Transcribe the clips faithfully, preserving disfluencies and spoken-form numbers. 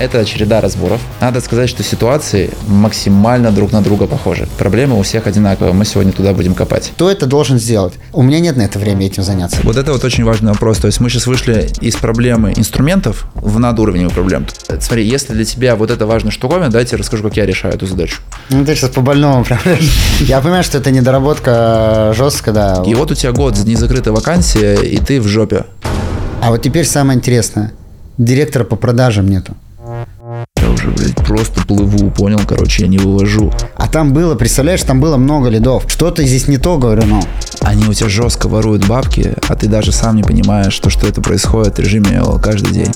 Это череда разборов. Надо сказать, что ситуации максимально друг на друга похожи. Проблемы у всех одинаковые. Мы сегодня туда будем копать. Кто это должен сделать? У меня нет на это времени этим заняться. Вот это вот очень важный вопрос. То есть мы сейчас вышли из проблемы инструментов в надуровневую проблему. Смотри, если для тебя вот это важная штуковина, дайте расскажу, как я решаю эту задачу. Ну ты сейчас по-больному прям. Я понимаю, что это недоработка жесткая, да. И вот у тебя год незакрытая вакансия, и ты в жопе. А вот теперь самое интересное. Директора по продажам нету. Я уже, блядь, просто плыву, понял, короче, я не вывожу. А там было, представляешь, там было много лидов. Что-то здесь не то, говорю, ну. Они у тебя жестко воруют бабки, а ты даже сам не понимаешь, что, что это происходит в режиме каждый день.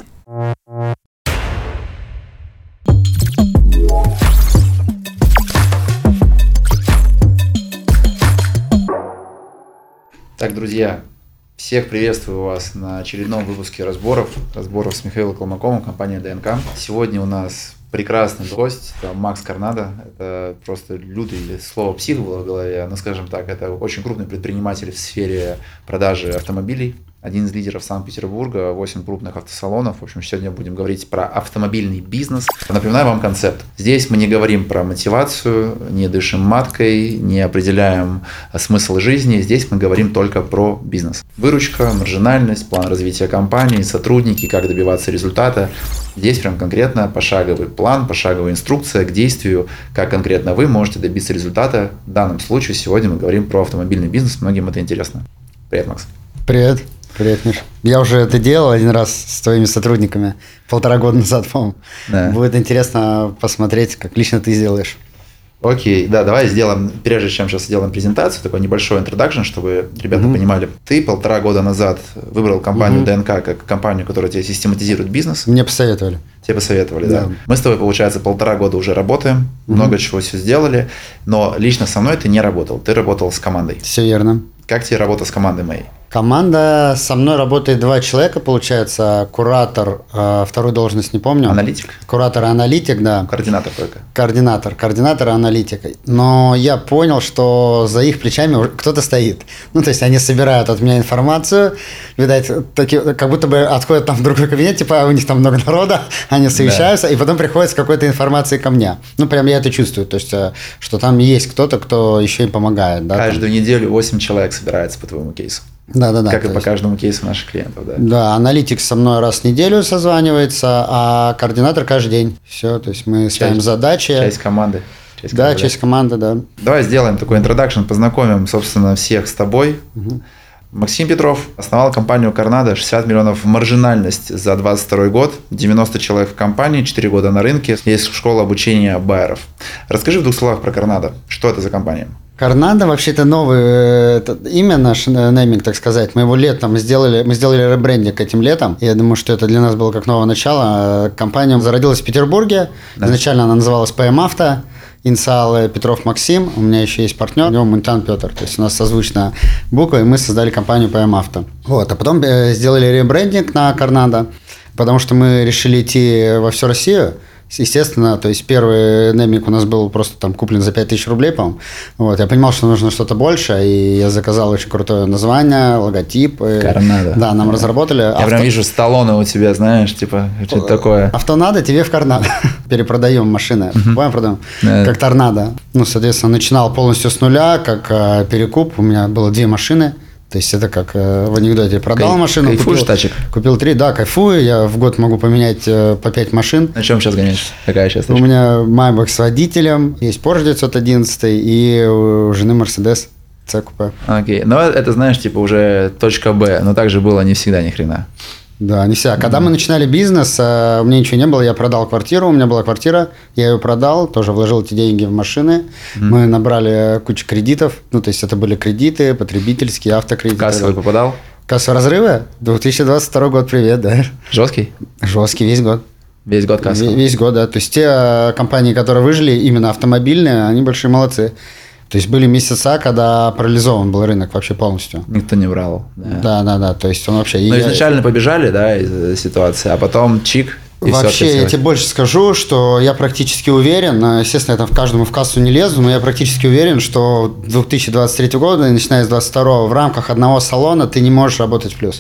Так, друзья, всех приветствую вас на очередном выпуске разборов, разборов с Михаилом Колмаковым, компания ДНК. Сегодня у нас прекрасный гость, это Макс Карнадо, это просто лютый слово псих было в голове, но скажем так, это очень крупный предприниматель в сфере продажи автомобилей. Один из лидеров Санкт-Петербурга, восемь крупных автосалонов. В общем, сегодня будем говорить про автомобильный бизнес. Напоминаю вам концепт. Здесь мы не говорим про мотивацию, не дышим маткой, не определяем смысл жизни. Здесь мы говорим только про бизнес. Выручка, маржинальность, план развития компании, сотрудники, как добиваться результата. Здесь прям конкретно пошаговый план, пошаговая инструкция к действию, как конкретно вы можете добиться результата. В данном случае сегодня мы говорим про автомобильный бизнес. Многим это интересно. Привет, Макс. Привет. Привет, Миш. Я уже это делал один раз с твоими сотрудниками, полтора года назад, по-моему. Да. Будет интересно посмотреть, как лично ты сделаешь. Окей, да, давай сделаем, прежде чем сейчас сделаем презентацию, такой небольшой интродакшн, чтобы ребята mm-hmm. понимали. Ты полтора года назад выбрал компанию mm-hmm. ДНК как компанию, которая тебе систематизирует бизнес. Мне посоветовали. Тебе посоветовали, да. да. Мы с тобой, получается, полтора года уже работаем, mm-hmm. много чего все сделали, но лично со мной ты не работал, ты работал с командой. Все верно. Как тебе работа с командой моей? Команда, со мной работает два человека, получается, куратор, э, вторую должность не помню. Аналитик? Куратор и аналитик, да. Координатор только. Координатор, координатор и аналитик. Но я понял, что за их плечами кто-то стоит. Ну, то есть, они собирают от меня информацию, видать, таки, как будто бы отходят там в другой кабинет, типа, у них там много народа, они совещаются, да. И потом приходят с какой-то информацией ко мне. Ну, прям я это чувствую, то есть, что там есть кто-то, кто еще им помогает. Да, Каждую там. неделю восемь человек собирается по твоему кейсу. Да, да, да. Как и есть... по каждому кейсу наших клиентов, да. Да, аналитик со мной раз в неделю созванивается, а координатор каждый день. Все, то есть мы часть, ставим задачи. Часть команды. Часть да, команды. часть команды, да. Давай сделаем такой интродакшн, познакомим, собственно, всех с тобой. Угу. Максим Петров основал компанию Карнадо, шестьдесят миллионов маржинальность за двадцать второй год, девяносто человек в компании, четыре года на рынке, есть школа обучения байеров. Расскажи в двух словах про Карнадо, что это за компания? Карнадо вообще это новое это имя, наш нейминг, так сказать. Мы его летом сделали, мы сделали ребрендинг этим летом. Я думаю, что это для нас было как новое начало. Компания зародилась в Петербурге. Да. Изначально она называлась пэ эм Авто. Инициалы Петров Максим. У меня еще есть партнер, у него Мунтян Петр. То есть у нас созвучная буква, и мы создали компанию пэ эм Авто. Вот, а потом сделали ребрендинг на Карнадо, потому что мы решили идти во всю Россию. Естественно, то есть первый нейминг у нас был просто там куплен за пять тысяч рублей, по-моему. Вот, я понимал, что нужно что-то больше, и я заказал очень крутое название, логотип. Карнадо. Да, нам да. разработали. Я Авто... прям вижу Сталлоне у тебя, знаешь, типа, что-то такое. Автонадо, тебе в Карнадо. Перепродаем машины. Uh-huh. Понял, продаем? Yeah. Как торнадо. Ну, соответственно, начинал полностью с нуля, как э, перекуп. У меня было две машины. То есть это как э, в анекдоте. Продал Кай, машину, кайфуешь купил, тачек? Купил три, да, кайфую. Я в год могу поменять э, по пять машин. На чем сейчас гоняешь? Какая сейчас тачка? У меня Майбах с водителем, есть Porsche девятьсот одиннадцать и у жены Mercedes C-купе. Окей, но это, знаешь, типа уже точка Б, но так же было не всегда ни хрена. Да, не всегда. Когда mm-hmm. мы начинали бизнес, у меня ничего не было, я продал квартиру, у меня была квартира, я ее продал, тоже вложил эти деньги в машины, mm-hmm. мы набрали кучу кредитов, ну, то есть это были кредиты, потребительские, автокредиты. В кассовый попадал? Кассовые разрывы? две тысячи двадцать второй год, привет, да. Жесткий? Жесткий, весь год. Весь год кассовый? Весь год, да. То есть те компании, которые выжили, именно автомобильные, они большие молодцы. То есть были месяца, когда парализован был рынок вообще полностью. Никто не брал. Да, да, да. да. То есть он вообще... Но изначально побежали, да, из ситуации, а потом чик. И вообще, я тебе больше скажу, что я практически уверен, естественно, я там в каждому в кассу не лезу, но я практически уверен, что две тысячи двадцать третьего года, начиная с двадцать второго, в рамках одного салона ты не можешь работать в плюс.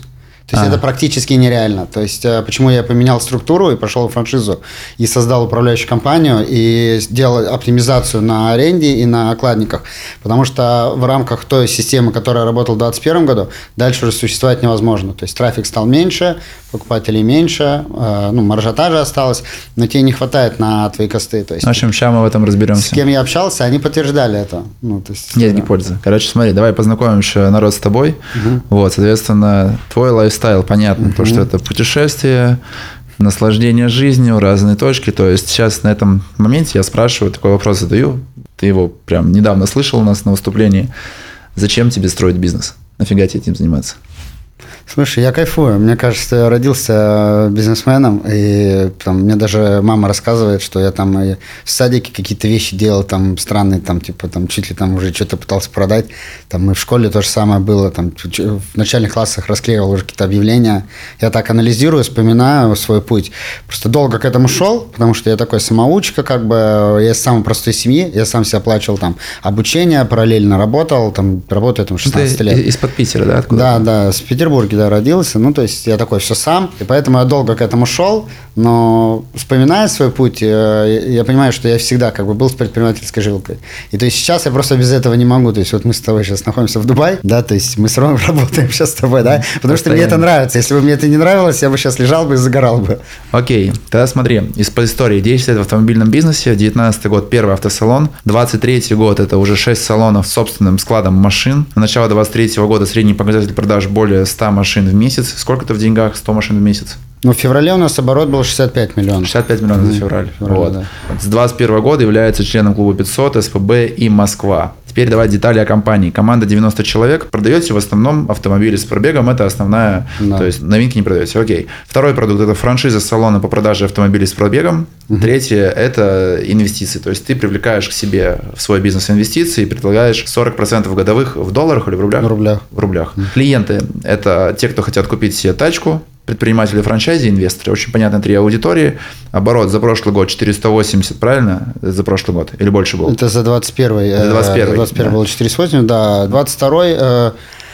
То есть А. это практически нереально. То есть почему я поменял структуру и пошел в франшизу и создал управляющую компанию и сделал оптимизацию на аренде и на окладниках. Потому что в рамках той системы, которая работала в двадцать первом году, дальше уже существовать невозможно. То есть трафик стал меньше, покупателей меньше, ну, маржа та же осталась, но тебе не хватает на твои косты. То есть, в общем, сейчас мы в этом разберемся. с кем я общался, они подтверждали это. Ну, то есть, Нет, да. не пользы. Короче, смотри, давай познакомим еще народ с тобой. Угу. Вот, соответственно, твой лайфстайл, понятно, Угу. то, что это путешествие, наслаждение жизнью, разные точки. То есть сейчас на этом моменте я спрашиваю, такой вопрос задаю. Ты его прям недавно слышал у нас на выступлении. Зачем тебе строить бизнес? Нафига тебе этим заниматься? Слушай, я кайфую. Мне кажется, я родился бизнесменом, и там, мне даже мама рассказывает, что я там и в садике какие-то вещи делал там странные, там типа там чуть ли там уже что-то пытался продать. Там и в школе то же самое было. Там в начальных классах расклеивал уже какие-то объявления. Я так анализирую, вспоминаю свой путь. Просто долго к этому шел, потому что я такой самоучка, как бы я из самой простой семьи, я сам себе оплачивал там обучение, параллельно работал, там работаю там шестнадцать Ты лет. из-под Питера, да? Откуда? Да, да, в Петербурге, да, родился. Ну, то есть я такой все сам, и поэтому я долго к этому шел, но вспоминая свой путь, я понимаю, что я всегда как бы был с предпринимательской жилкой. И то есть сейчас я просто без этого не могу. То есть вот мы с тобой сейчас находимся в Дубае, да, то есть мы с Ромой работаем сейчас с тобой, да, потому что мне это нравится. Если бы мне это не нравилось, я бы сейчас лежал бы и загорал бы. Окей, тогда смотри, из по истории десять лет в автомобильном бизнесе, девятнадцатый год первый автосалон, двадцать третий год это уже шесть салонов с собственным складом машин, на начало двадцать третьего года средний показатель продаж более ста машин в месяц. Сколько это в деньгах? сто машин в месяц? Ну, в феврале у нас оборот был шестьдесят пять миллионов. шестьдесят пять миллионов за февраль. феврале, Вот. да. С двадцать первого года является членом клуба пятьсот, СПБ и Москва. Теперь давай детали о компании. Команда девяносто человек. Продаете в основном автомобили с пробегом. Это основная, Да. то есть новинки не продаете. Окей. Второй продукт – это франшиза салона по продаже автомобилей с пробегом. Угу. Третье – это инвестиции. То есть ты привлекаешь к себе в свой бизнес инвестиции и предлагаешь сорок процентов годовых в долларах или в рублях? В рублях. В рублях. Угу. Клиенты – это те, кто хотят купить себе тачку. Предприниматели, франчайзи, инвесторы. Очень понятно, три аудитории. Оборот за прошлый год четыреста восемьдесят, правильно? За прошлый год. Или больше был? Это за двадцать первый. За двадцать первый. двадцать первый да. было четыреста восемьдесят, да. двадцать второй, э,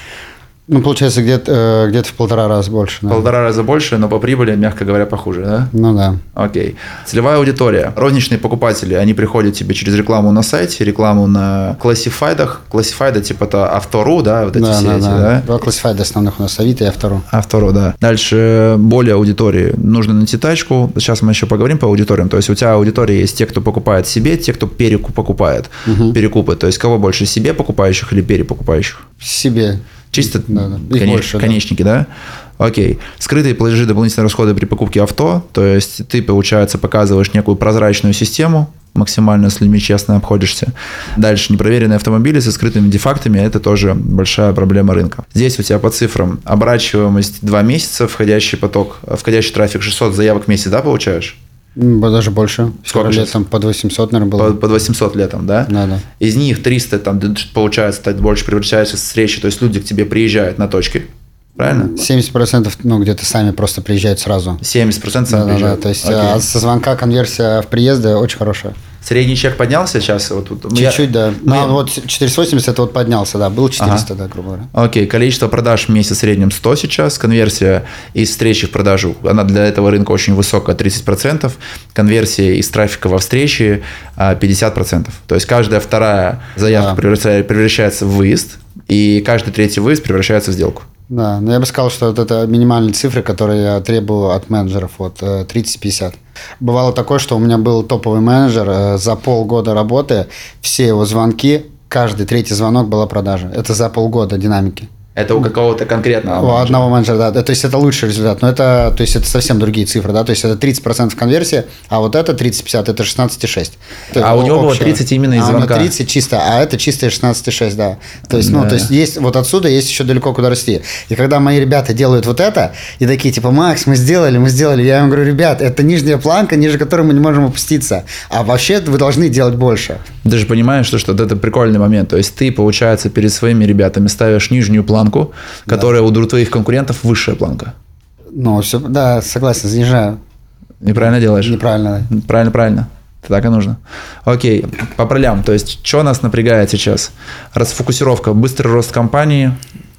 ну, получается, где-то, где-то в полтора раза больше. Да. Полтора раза больше, но по прибыли, мягко говоря, похуже, да? Ну да. Окей. Целевая аудитория. Розничные покупатели, они приходят тебе через рекламу на сайте, рекламу на классифайдах. Классифайды, типа это Автору, да, вот эти да, все да, эти, да. да? Два классифайда основных у нас, Авито и Автору. Автору, да. Дальше более аудитории. Нужно найти тачку. Сейчас мы еще поговорим по аудиториям. То есть у тебя аудитория есть те, кто покупает себе, те, кто перекуп покупает. Угу. Перекупы. То есть кого больше, себе покупающих или перепокупающих? Себе. Чисто да, да. Конеч... больше, конечники, да? да? Окей. Скрытые платежи, дополнительные расходы при покупке авто. То есть ты, получается, показываешь некую прозрачную систему, максимально с людьми честно обходишься. Дальше непроверенные автомобили со скрытыми дефактами – это тоже большая проблема рынка. Здесь у тебя по цифрам оборачиваемость два месяца, входящий поток, входящий трафик шестьсот заявок в месяц, да, получаешь? Даже больше. Сколько летом под восемьсот, наверное, было. Под, под восемьсот летом, да? Да, да. Из них триста, там, получается, так больше превращаются в встречи, то есть люди к тебе приезжают на точки, правильно? семьдесят процентов, ну, где-то сами просто приезжают сразу. семьдесят процентов сами да, приезжают? Да, да, то есть Окей. а со звонка конверсия в приезды очень хорошая. Средний чек поднялся сейчас? Вот, вот, Чуть-чуть, я, да. Ну, вот четыреста восемьдесят это вот поднялся, да. Был четыреста, ага. да, грубо говоря. Окей, количество продаж в месяц в среднем сто сейчас. Конверсия из встречи в продажу, она для этого рынка очень высокая, тридцать процентов. Конверсия из трафика во встречи пятьдесят процентов. То есть каждая вторая заявка да. превращается, превращается в выезд, и каждый третий выезд превращается в сделку. Да, но я бы сказал, что вот это минимальные цифры, которые я требую от менеджеров, вот тридцать-пятьдесят. Бывало такое, что у меня был топовый менеджер, за полгода работы все его звонки, каждый третий звонок была продажа. Это за полгода динамики. Это у какого-то конкретного У менеджера. одного менеджера, да. То есть это лучший результат. Но это, то есть это совсем другие цифры, да. То есть это тридцать процентов конверсии, а вот это тридцать-пятьдесят, это шестнадцать и шесть. А у него было тридцать именно из а звонка. А у него тридцать чисто, а это чистое шестнадцать и шесть, да. То есть, да. ну, то есть есть вот отсюда есть еще далеко куда расти. И когда мои ребята делают вот это, и такие типа, Макс, мы сделали, мы сделали, я им говорю, ребят, это нижняя планка, ниже которой мы не можем опуститься. А вообще вы должны делать больше. Ты же понимаешь, что, что это прикольный момент. То есть ты, получается, перед своими ребятами ставишь нижнюю планку, да. которая у твоих конкурентов высшая планка. Ну, все, да, согласен, занижаю. Неправильно делаешь? Неправильно. Правильно, правильно. Так и нужно. Окей, по пролям. То есть, что нас напрягает сейчас? Расфокусировка, быстрый рост компании,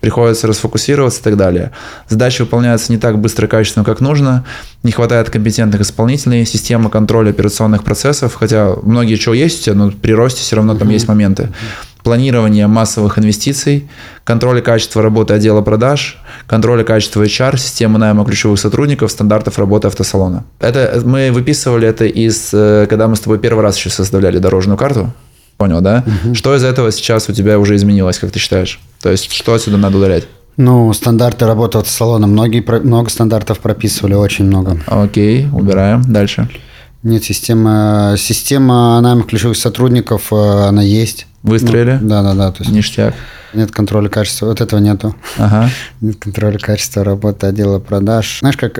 приходится расфокусироваться и так далее. Задачи выполняются не так быстро и качественно, как нужно, не хватает компетентных исполнителей, система контроля операционных процессов, хотя многие чего есть у тебя, но при росте все равно там uh-huh. есть моменты. Планирование массовых инвестиций, контроль качества работы отдела продаж, контроль качества эйч ар, системы найма ключевых сотрудников, стандартов работы автосалона. Это мы выписывали это из, когда мы с тобой первый раз еще составляли дорожную карту. Понял, да? Угу. Что из этого сейчас у тебя уже изменилось, как ты считаешь? То есть, что отсюда надо удалять? Ну, стандарты работы автосалона. Многие, много стандартов прописывали, очень много. Окей, убираем. Дальше. Нет, система, система найма ключевых сотрудников, она есть. Выстроили? Ну, да, да, да. То есть ништяк. Нет контроля качества, вот этого нету. Ага. Нет контроля качества работы отдела продаж. Знаешь, как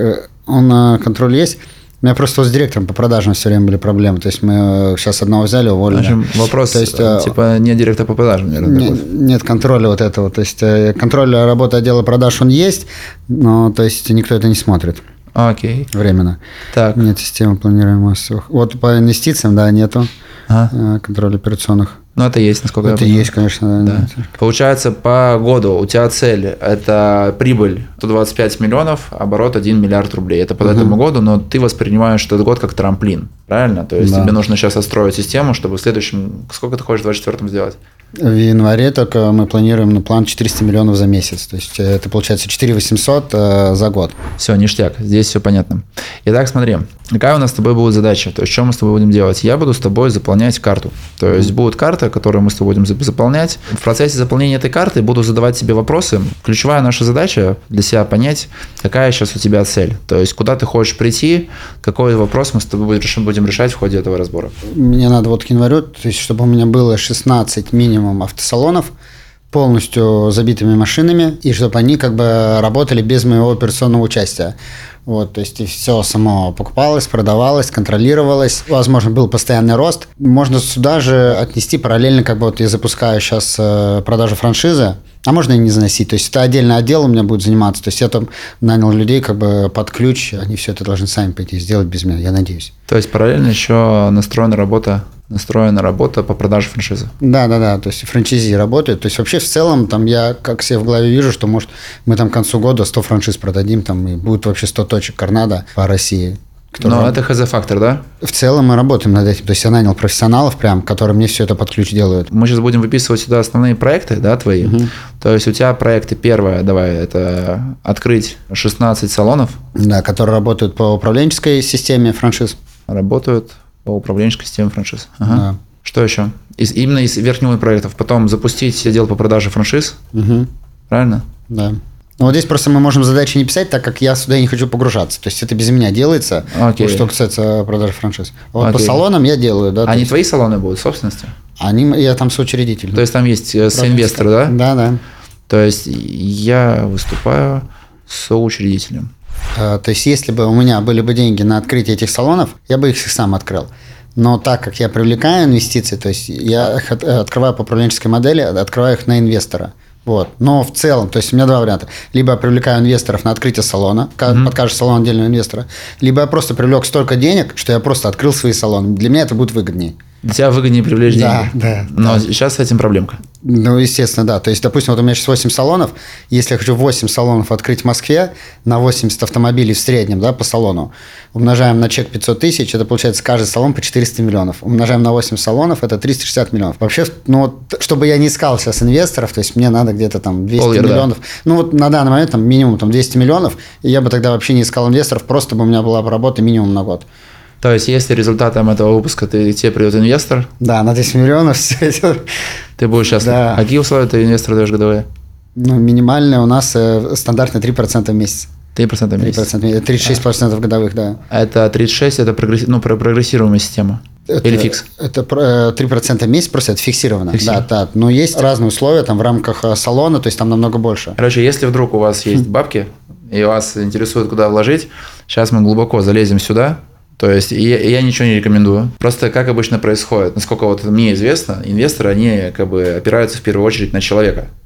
он контроль есть? У меня просто с директором по продажам все время были проблемы. То есть мы сейчас одного взяли, уволили. В общем, вопрос, то есть, типа, не директор по продажам, наверное, не, нет контроля вот этого. То есть контроль работы отдела продаж, он есть, но то есть никто это не смотрит. Окей. Временно. Так. Нет системы планирования массовых. Вот по инвестициям, да, нету ага. контроля операционных. Ну, это есть, насколько это я понимаю. Это есть, конечно. Да. Да. Получается, по году у тебя цель – это прибыль сто двадцать пять миллионов, оборот один миллиард рублей. Это по угу. этому году, но ты воспринимаешь этот год как трамплин, правильно? То есть, да. тебе нужно сейчас отстроить систему, чтобы в следующем… Сколько ты хочешь в двадцать четвёртом сделать? В январе только мы планируем на план четыреста миллионов за месяц. То есть, это получается четыре тысячи восемьсот э, за год. Все, ништяк. Здесь все понятно. Итак, смотри. Какая у нас с тобой будет задача? То есть, что мы с тобой будем делать? Я буду с тобой заполнять карту. То есть, mm-hmm. будет карта, которую мы с тобой будем заполнять. В процессе заполнения этой карты буду задавать тебе вопросы. Ключевая наша задача для себя понять, какая сейчас у тебя цель. То есть, куда ты хочешь прийти, какой вопрос мы с тобой будем решать в ходе этого разбора. Мне надо вот к январю, то есть, чтобы у меня было шестнадцать минимум автосалонов, полностью забитыми машинами, и чтобы они как бы работали без моего операционного участия. Вот, то есть и все само покупалось, продавалось, контролировалось. Возможно, был постоянный рост. Можно сюда же отнести параллельно, как бы вот я запускаю сейчас продажу франшизы, а можно и не заносить. То есть это отдельный отдел у меня будет заниматься. То есть я там нанял людей как бы под ключ, они все это должны сами пойти сделать без меня, я надеюсь. То есть параллельно еще настроена работа настроена работа по продаже франшизы. Да, да, да. То есть франчайзи работают. То есть вообще в целом там я как себе в голове вижу, что может мы там к концу года сто франшиз продадим, там и будет вообще сто точек Карнадо по России. Но это хз-фактор, да? В целом мы работаем над этим. То есть я нанял профессионалов прям, которые мне все это под ключ делают. Мы сейчас будем выписывать сюда основные проекты, да, твои. Угу. То есть у тебя проекты первое, давай, это открыть шестнадцать салонов. Да, которые работают по управленческой системе франшиз. Работают по управленческой системе франшиз. Ага. Да. Что еще? Из, именно из верхнего проектов. Потом запустить отдел по продаже франшиз. Угу. Правильно? Да. Ну, вот здесь просто мы можем задачи не писать, так как я сюда не хочу погружаться. То есть это без меня делается, Окей. что касается продажи франшиз. Вот Окей. по салонам я делаю. Да, Они есть... твои салоны будут в собственности? Они, я там соучредитель. То есть там есть соинвестор, да? Да, да. То есть я выступаю соучредителем. А, то есть если бы у меня были бы деньги на открытие этих салонов, я бы их сам открыл. Но так как я привлекаю инвестиции, то есть я их открываю по управленческой модели, открываю их на инвестора. Вот. Но в целом, то есть у меня два варианта. Либо я привлекаю инвесторов на открытие салона, mm-hmm. под каждый салон отдельного инвестора, либо я просто привлек столько денег, что я просто открыл свои салоны. Для меня это будет выгоднее. Для тебя выгоднее привлечь да, деньги. Да, Но да. сейчас с этим проблемка. Ну, естественно, да. То есть, допустим, вот у меня сейчас восемь салонов. Если я хочу восемь салонов открыть в Москве на восемьдесят автомобилей в среднем, да, по салону, умножаем на чек пятьсот тысяч, это получается каждый салон по четыреста миллионов. Умножаем на восемь салонов, это триста шестьдесят миллионов. Вообще, ну вот, чтобы я не искал сейчас инвесторов, то есть мне надо где-то там двести Пол миллионов. Ну вот на данный момент там минимум там двести миллионов, и я бы тогда вообще не искал инвесторов, просто бы у меня была бы работа минимум на год. То есть, если результатом этого выпуска ты, тебе придет инвестор… Да, на десять миллионов все это… Ты будешь счастлив. Да. А какие условия ты инвестору даешь годовые? Ну, минимальные у нас э, стандартно три процента в месяц. три процента в месяц? три процента, тридцать шесть процентов годовых, да. Это тридцать шесть, это прогресси... ну, прогрессируемая система? Это, Или фикс? Это три процента в месяц, просто это фиксировано. фиксировано. Да, да. Но есть разные условия там в рамках салона, то есть там намного больше. Короче, если вдруг у вас есть бабки, и вас интересует, куда вложить, сейчас мы глубоко залезем сюда. То есть я, я ничего не рекомендую. Просто как обычно происходит, насколько вот мне известно, инвесторы, они как бы опираются в первую очередь на человека.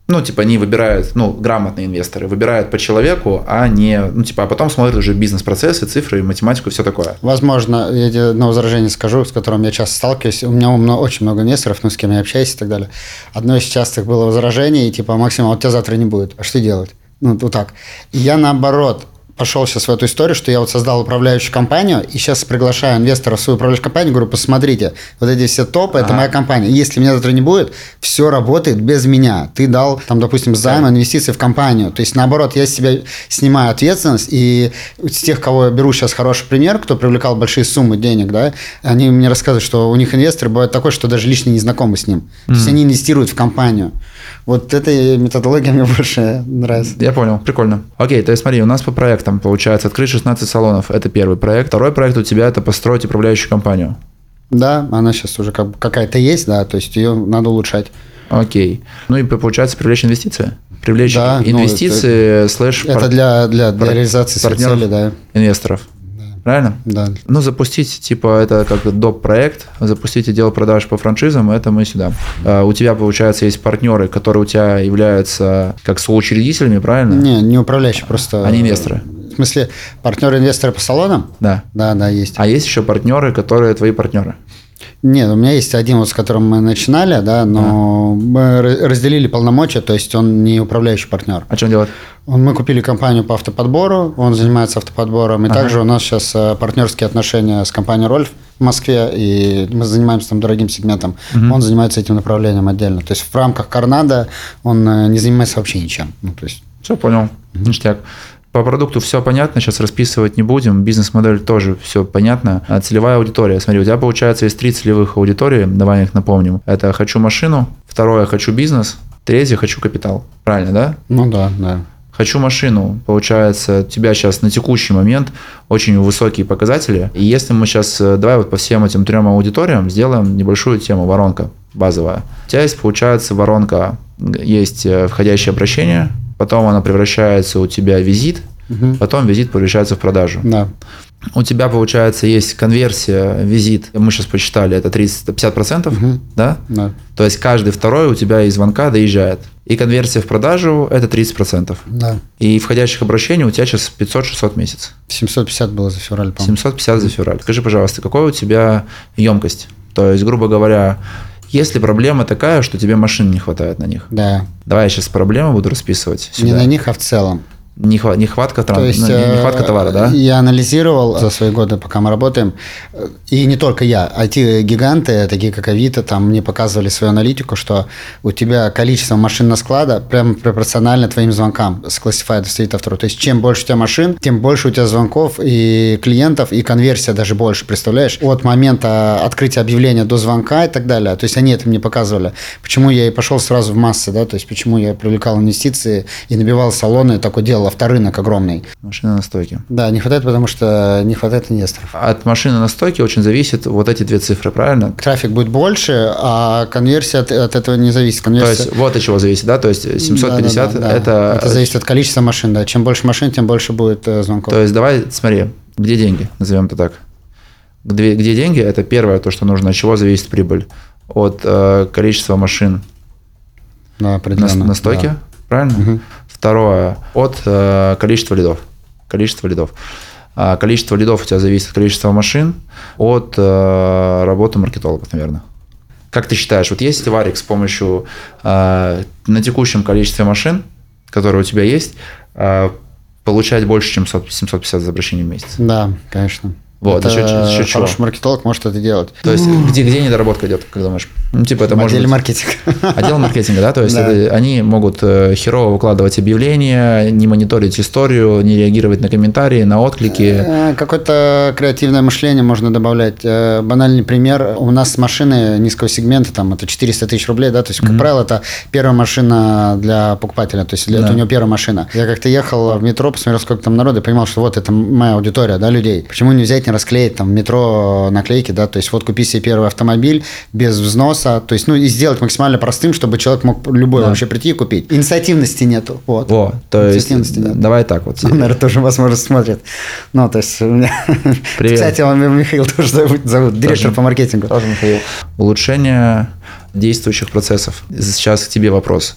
Ну, типа, они выбирают, ну, грамотные инвесторы, выбирают по человеку, а не, ну, типа, а потом смотрят уже бизнес-процессы, цифры, математику и все такое. Возможно, я тебе одно возражение скажу, с которым я часто сталкиваюсь. У меня много, очень много инвесторов, ну, с кем я общаюсь и так далее. Одно из частых было возражений, типа, Максим, а вот тебя завтра не будет, а что делать? Ну, вот так. И я, наоборот, пошел сейчас в эту историю, что я вот создал управляющую компанию, и сейчас приглашаю инвестора в свою управляющую компанию, говорю, посмотрите, вот эти все топы, ага. это моя компания. Если меня завтра не будет, все работает без меня. Ты дал, там, допустим, займ, инвестиции в компанию. То есть, наоборот, я с себя снимаю ответственность, и с тех, кого я беру сейчас хороший пример, кто привлекал большие суммы денег, да, они мне рассказывают, что у них инвесторы бывают такой, что даже лично не знакомы с ним. Mm-hmm. То есть, они инвестируют в компанию. Вот эта методология мне больше нравится. Я понял, прикольно. Окей, то есть смотри, у нас по проектам получается открыть шестнадцать салонов, это первый проект. Второй проект у тебя это построить управляющую компанию. Да, она сейчас уже как, какая-то есть, да, то есть ее надо улучшать. Окей. Ну и получается привлечь инвестиции? Привлечь да, инвестиции ну, слэш... Это для, для, для реализации своей цели, да. Инвесторов. Правильно? Да. Ну, запустить, типа, это как доп-проект, запустить отдел продаж по франшизам, это мы сюда. А, у тебя, получается, есть партнеры, которые у тебя являются как соучредителями, правильно? Не, не управляющие, просто... Они инвесторы. В смысле, партнеры-инвесторы по салонам? Да. Да, да, есть. А есть еще партнеры, которые твои партнеры? Нет, у меня есть один, вот, с которым мы начинали, да, но а. мы разделили полномочия, то есть он не управляющий партнер. А что он делает? Мы купили компанию по автоподбору, он занимается автоподбором, и ага. также у нас сейчас партнерские отношения с компанией «Рольф» в Москве, и мы занимаемся там дорогим сегментом. Угу. Он занимается этим направлением отдельно. То есть в рамках Карнада он не занимается вообще ничем. Ну, то есть... Все, понял. Угу. Ништяк. По продукту все понятно, сейчас расписывать не будем, бизнес-модель тоже все понятно. А целевая аудитория, смотри, у тебя получается есть три целевых аудитории, давай их напомним. Это «хочу машину», второе «хочу бизнес», третье «хочу капитал». Правильно, да? Ну да, да. «Хочу машину», получается, у тебя сейчас на текущий момент очень высокие показатели. И если мы сейчас, давай вот по всем этим трем аудиториям сделаем небольшую тему, воронка базовая. У тебя есть, получается, воронка, есть входящее обращение, потом она превращается у тебя в визит, угу. потом визит превращается в продажу. Да. У тебя, получается, есть конверсия, визит, мы сейчас посчитали, это тридцать-пятьдесят процентов, угу. да? Да. То есть каждый второй у тебя из звонка доезжает. И конверсия в продажу – это тридцать процентов. Да. И входящих обращений у тебя сейчас пятьсот-шестьсот в месяц. семьсот пятьдесят было за февраль, по-моему. семьсот пятьдесят за февраль. Скажи, пожалуйста, какая у тебя емкость? То есть, грубо говоря, если проблема такая, что тебе машин не хватает на них. Да. Давай я сейчас проблемы буду расписывать сюда. Не на них, а в целом. Нехватка, То есть, ну, нехватка товара, да? Я анализировал за свои годы, пока мы работаем, и не только я, ай ти-гиганты, такие как Авито, там мне показывали свою аналитику, что у тебя количество машин на склада прямо пропорционально твоим звонкам с Classified State of True. То есть, чем больше у тебя машин, тем больше у тебя звонков и клиентов, и конверсия даже больше, представляешь? От момента открытия объявления до звонка и так далее. То есть, они это мне показывали. Почему я и пошел сразу в массы, да? То есть, почему я привлекал инвестиции и набивал салоны, такое дело, авторынок огромный. Машина на стойке. Да, не хватает, потому что не хватает инвесторов. От машины на стойке очень зависит вот эти две цифры, правильно? Трафик будет больше, а конверсия от, от этого не зависит. Конверсия... То есть вот от чего зависит, да? То есть семьсот пятьдесят да, да, да, это... Да. Это зависит от количества машин, да. Чем больше машин, тем больше будет э, звонков. То есть давай, смотри, где деньги, назовем это так. Где, где деньги, это первое, то, что нужно. От чего зависит прибыль? От э, количества машин да, определенно. на, на стойке, да. Правильно? Угу. Второе, от э, количества лидов. Количество лидов. А количество лидов у тебя зависит от количества машин, от э, работы маркетологов, наверное. Как ты считаешь, вот есть варик с помощью э, на текущем количестве машин, которые у тебя есть, э, получать больше, чем семьсот пятьдесят обращений в месяц? Да, конечно. Вот, это за счет, за счет хороший чего? маркетолог может это делать. То есть, где, где недоработка идет, как думаешь? Ну, типа, это в может отделе быть... маркетинга. Отдел маркетинга, да? То есть, да. это, они могут херово выкладывать объявления, не мониторить историю, не реагировать на комментарии, на отклики. Какое-то креативное мышление можно добавлять. Банальный пример. У нас машины низкого сегмента, там, это четыреста тысяч рублей, да? То есть, как mm-hmm. правило, это первая машина для покупателя. То есть, для, да. это у него первая машина. Я как-то ехал в метро, посмотрел, сколько там народу, и понимал, что вот это моя аудитория, да, людей. Почему не взять, не расклеить там в метро наклейки, да, то есть вот купи себе первый автомобиль без взноса, то есть, ну, и сделать максимально простым, чтобы человек мог любой да. вообще прийти и купить. Инициативности нету, вот. Во, то есть, нет. Давай так вот. Он, наверное, тоже, возможно, смотрит. Ну, то есть, у меня... Привет. Кстати, он Михаил тоже зовут, зовут директор тоже, по маркетингу. Тоже Михаил. Улучшение действующих процессов. Сейчас к тебе вопрос.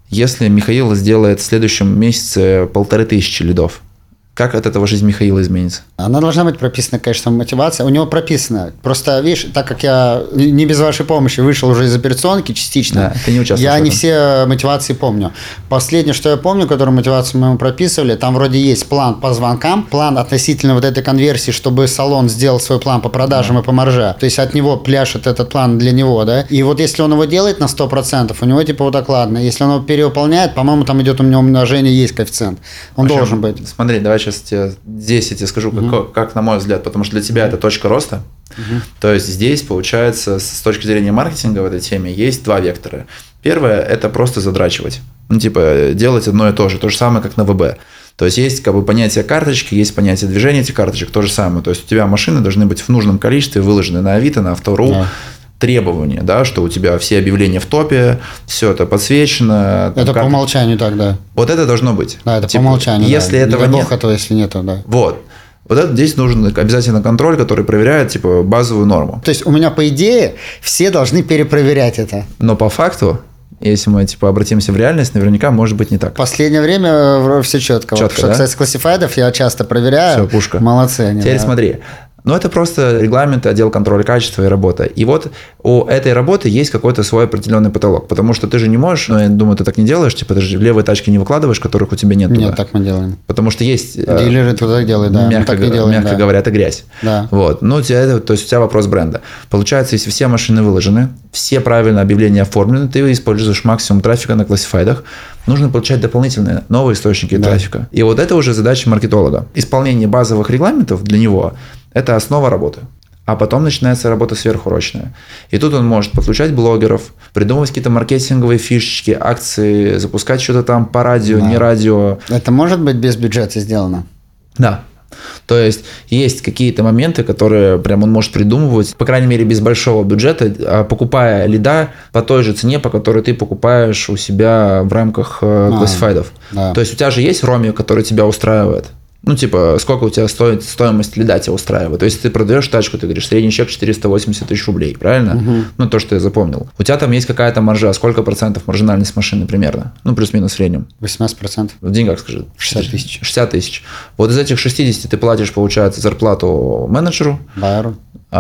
Если Михаил сделает в следующем месяце полторы тысячи лидов, как от этого жизнь Михаила изменится? Она должна быть прописана, конечно, мотивация. У него прописано. Просто, видишь, так как я не без вашей помощи вышел уже из операционки частично, да, ты не участвуешь я не все мотивации помню. Последнее, что я помню, которую мотивацию мы ему прописывали, там вроде есть план по звонкам, план относительно вот этой конверсии, чтобы салон сделал свой план по продажам да. и по марже. То есть от него пляшет этот план для него, да. И вот если он его делает на сто процентов, у него типа вот так, ладно. Если он его перевыполняет, по-моему, там идет у него умножение, есть коэффициент. Он общем, должен быть. Смотри, давай сейчас тебе, здесь я тебе скажу, как, uh-huh. как, на мой взгляд, потому что для тебя это точка роста. Uh-huh. То есть здесь, получается, с точки зрения маркетинга в этой теме есть два вектора. Первое – это просто задрачивать. Ну, типа, делать одно и то же. То же самое, как на ВБ. То есть есть как бы понятие карточки, есть понятие движения этих карточек, то же самое. То есть у тебя машины должны быть в нужном количестве выложены на Авито, на Авто.ру. Yeah. Требования, да, что у тебя все объявления в топе, все это подсвечено. Это карты... по умолчанию так, да. Вот это должно быть. Да, это типа, по умолчанию. Если да. этого не нет, этого, если нету, да. Вот. Вот это здесь нужен обязательно контроль, который проверяет типа базовую норму. То есть у меня по идее все должны перепроверять это. Но по факту, если мы типа обратимся в реальность, наверняка может быть не так. В последнее время все четко. Четко, что, да? Кстати, классифайдов я часто проверяю. Все, пушка. Молодцы они. Теперь да. смотри. Но это просто регламент, отдел контроля качества и работа. И вот у этой работы есть какой-то свой определенный потолок. Потому что ты же не можешь, ну, я думаю, ты так не делаешь, типа ты же левые тачки не выкладываешь, которых у тебя нет туда. Нет, так мы делаем. Потому что есть... Дилеры туда делают, да. Мягко, так и делаем, мягко да. говоря, это грязь. Да. Вот. Ну, у тебя это, то есть у тебя вопрос бренда. Получается, если все машины выложены, все правильно объявления оформлены, ты используешь максимум трафика на классифайдах, нужно получать дополнительные новые источники да. трафика. И вот это уже задача маркетолога. Исполнение базовых регламентов для него – это основа работы. А потом начинается работа сверхурочная. И тут он может подключать блогеров, придумывать какие-то маркетинговые фишечки, акции, запускать что-то там по радио, да. не радио. Это может быть без бюджета сделано? Да. То есть есть какие-то моменты, которые прям он может придумывать, по крайней мере, без большого бюджета, покупая лида по той же цене, по которой ты покупаешь у себя в рамках а, классифайдов. Да. То есть у тебя же есть роми, который тебя устраивает. Ну, типа, сколько у тебя стоит стоимость лида тебя устраивает. То есть, ты продаешь тачку, ты говоришь, средний чек четыреста восемьдесят тысяч рублей, правильно? Угу. Ну, то, что я запомнил. У тебя там есть какая-то маржа. Сколько процентов маржинальность машины примерно? Ну, плюс-минус в среднем. восемнадцать процентов. В деньгах скажи. шестьдесят тысяч. шестьдесят тысяч. Вот из этих шестидесяти ты платишь, получается, зарплату менеджеру. Байеру.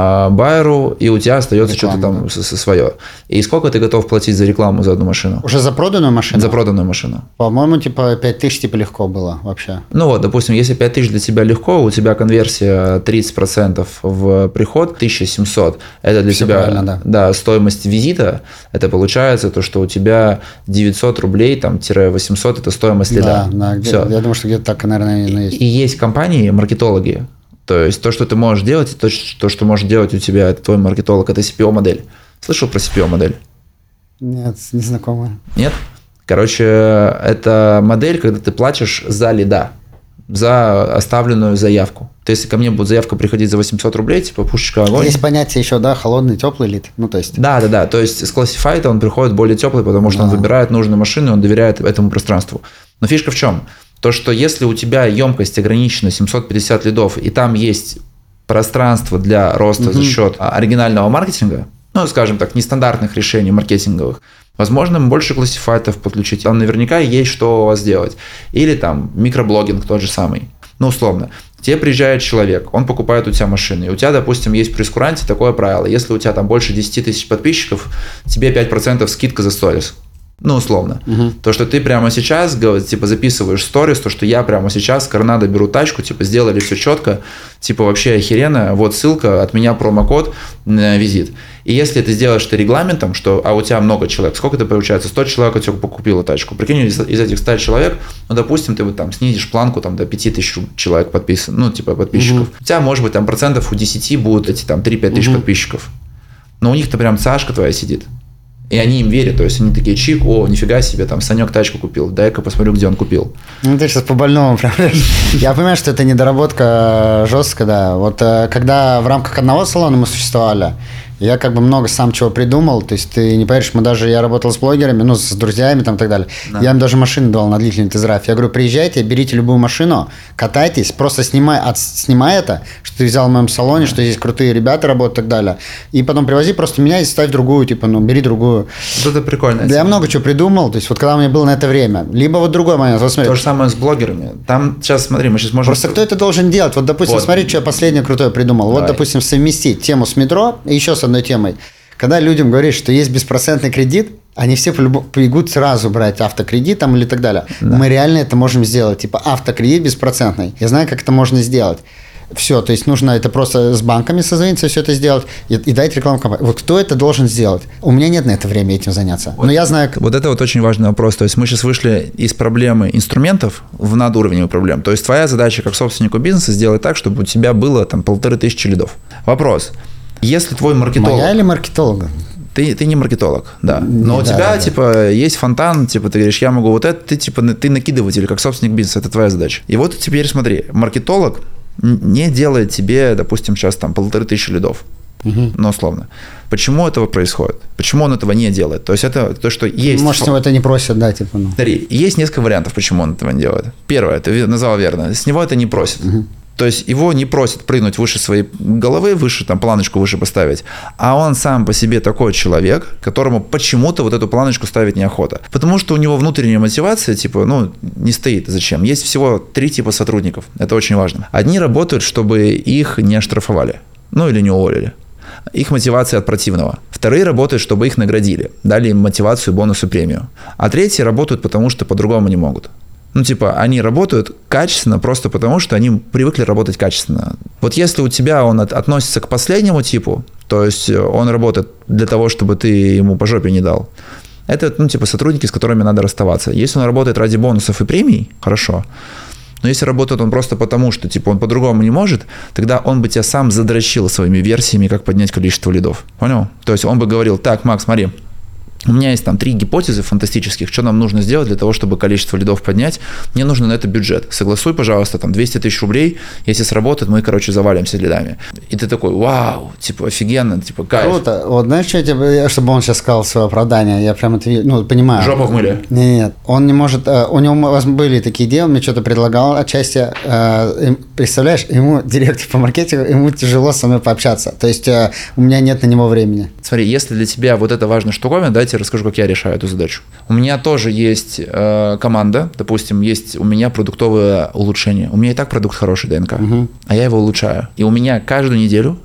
Байеру, и у тебя остается что-то там да. свое. И сколько ты готов платить за рекламу за одну машину? Уже за проданную машину? За проданную машину. По-моему, типа пять тысяч типа легко было вообще. Ну вот, допустим, если пять тысяч для тебя легко, у тебя конверсия тридцать процентов в приход, тысяча семьсот, это для Все тебя да. Да, стоимость визита, это получается то, что у тебя девятьсот рублей, там, восемьсот, это стоимость лида. Да, да, Все. Я думаю, что где-то так, наверное, и есть. И есть компании, маркетологи, то есть то, что ты можешь делать, то, то, что может делать у тебя твой маркетолог, это си пи о-модель. Слышал про си пи о-модель? Нет, не знакомая. Нет? Короче, это модель, когда ты платишь за лида, за оставленную заявку. То есть, если ко мне будет заявка приходить за восемьсот рублей, типа пушечка огонь. Есть понятие еще, да, холодный, теплый лид. Ну, то есть. Да, да, да. То есть с классифайта он приходит более теплый, потому что да. он выбирает нужную машину, он доверяет этому пространству. Но фишка в чем? То, что если у тебя емкость ограничена семьсот пятьдесят лидов, и там есть пространство для роста угу. за счет оригинального маркетинга, ну, скажем так, нестандартных решений маркетинговых, возможно, больше классифайтов подключить. Там наверняка есть что у вас делать. Или там микроблогинг тот же самый. Ну, условно. К тебе приезжает человек, он покупает у тебя машину, и у тебя, допустим, есть в прескуранте такое правило. Если у тебя там больше десять тысяч подписчиков, тебе пять процентов скидка за сторис. Ну, условно. Угу. То, что ты прямо сейчас, типа, записываешь сторис, то, что я прямо сейчас с Коронадо беру тачку, типа, сделали все четко, типа, вообще охеренно, вот ссылка, от меня промокод, визит. И если ты сделаешь это регламентом, что, а у тебя много человек, сколько это получается? сто человек у тебя купило тачку. Прикинь, из, из этих ста человек, ну, допустим, ты вот там снизишь планку там, до пяти тысяч человек подписан, ну, типа, подписчиков. Угу. У тебя, может быть, там процентов у десяти будут эти там три-пять тысяч угу. подписчиков. Но у них-то прям цашка твоя сидит. И они им верят, то есть они такие, чик, о, нифига себе, там Санек тачку купил, дай-ка посмотрю, где он купил. Ну, ты сейчас по-больному прям. Я понимаю, что это недоработка жесткая, да. Вот когда в рамках одного салона мы существовали, Я как бы много сам чего придумал, то есть ты не поверишь, мы даже, я работал с блогерами, ну, с друзьями там и так далее. Да. Я им даже машину давал на длительный тест-драйв. Я говорю, приезжайте, берите любую машину, катайтесь, просто снимай, от, снимай это, что ты взял в моем салоне, да. что здесь крутые ребята работают и так далее. И потом привози, просто меняй, ставь другую, типа, ну, бери другую. Вот это прикольно. Да, я много чего придумал, то есть вот когда у меня было на это время. Либо вот другой момент, вот смотри. То же самое с блогерами. Там, сейчас смотри, мы сейчас можем... Просто кто это должен делать? Вот, допустим, вот. Смотри, что я последнее крутое придумал. Давай. Вот, допустим, совместить тему с метро и еще с одной темой. Когда людям говоришь, что есть беспроцентный кредит, они все побегут сразу брать автокредит там или так далее. Да. Мы реально это можем сделать. Типа автокредит беспроцентный. Я знаю, как это можно сделать. Все, то есть нужно это просто с банками созвониться, все это сделать и, и дать рекламу компании. Вот кто это должен сделать? У меня нет на это времени этим заняться. Вот, но я знаю... Вот это вот очень важный вопрос. То есть мы сейчас вышли из проблемы инструментов в надуровневую проблему. То есть твоя задача как собственнику бизнеса сделать так, чтобы у тебя было там полторы тысячи лидов. Вопрос. Если твой маркетолог... Моя или маркетолога? Ты, ты не маркетолог, да. Но не, у тебя, да, да. типа, есть фонтан, типа, ты говоришь, я могу вот это, ты, типа, ты накидыватель, как собственник бизнеса, это твоя задача. И вот теперь смотри, маркетолог не делает тебе, допустим, сейчас там полторы тысячи лидов, угу. ну, условно. Почему этого происходит? Почему он этого не делает? То есть это то, что есть... Может, его это не просят, да, типа, ну. Смотри, есть несколько вариантов, почему он этого не делает. Первое, ты назвал верно, с него это не просят. Угу. То есть его не просят прыгнуть выше своей головы, выше, там, планочку выше поставить, а он сам по себе такой человек, которому почему-то вот эту планочку ставить неохота. Потому что у него внутренняя мотивация, типа, ну, не стоит. Зачем? Есть всего три типа сотрудников. Это очень важно. Одни работают, чтобы их не оштрафовали, ну, или не уволили. Их мотивация от противного. Вторые работают, чтобы их наградили, дали им мотивацию, бонус и премию. А третьи работают, потому что по-другому не могут. Ну, типа, они работают качественно просто потому, что они привыкли работать качественно. Вот если у тебя он от, относится к последнему типу, то есть он работает для того, чтобы ты ему по жопе не дал, это, ну, типа, сотрудники, с которыми надо расставаться. Если он работает ради бонусов и премий, хорошо. Но если работает он просто потому, что, типа, он по-другому не может, тогда он бы тебя сам задрочил своими версиями, как поднять количество лидов. Понял? То есть он бы говорил, так, Макс, смотри, у меня есть там три гипотезы фантастических, что нам нужно сделать для того, чтобы количество лидов поднять. Мне нужно на это бюджет. Согласуй, пожалуйста, там двести тысяч рублей. Если сработает, мы, короче, завалимся лидами. И ты такой, вау, типа, офигенно, типа, кайф. Круто. Вот знаешь, что я тебе, чтобы он сейчас сказал свое оправдание, я прям это, ну, понимаю. Жопу в мыле. Нет, он не может, у него были такие идеи, он мне что-то предлагал отчасти. Представляешь, ему, директор по маркетингу, ему тяжело со мной пообщаться. То есть у меня нет на него времени. Смотри, если для тебя вот это важная штуковина, да, я тебе расскажу, как я решаю эту задачу. У меня тоже есть э, команда, допустим, есть у меня продуктовое улучшение. У меня и так продукт хороший, ДНК, угу. а я его улучшаю. И у меня каждую неделю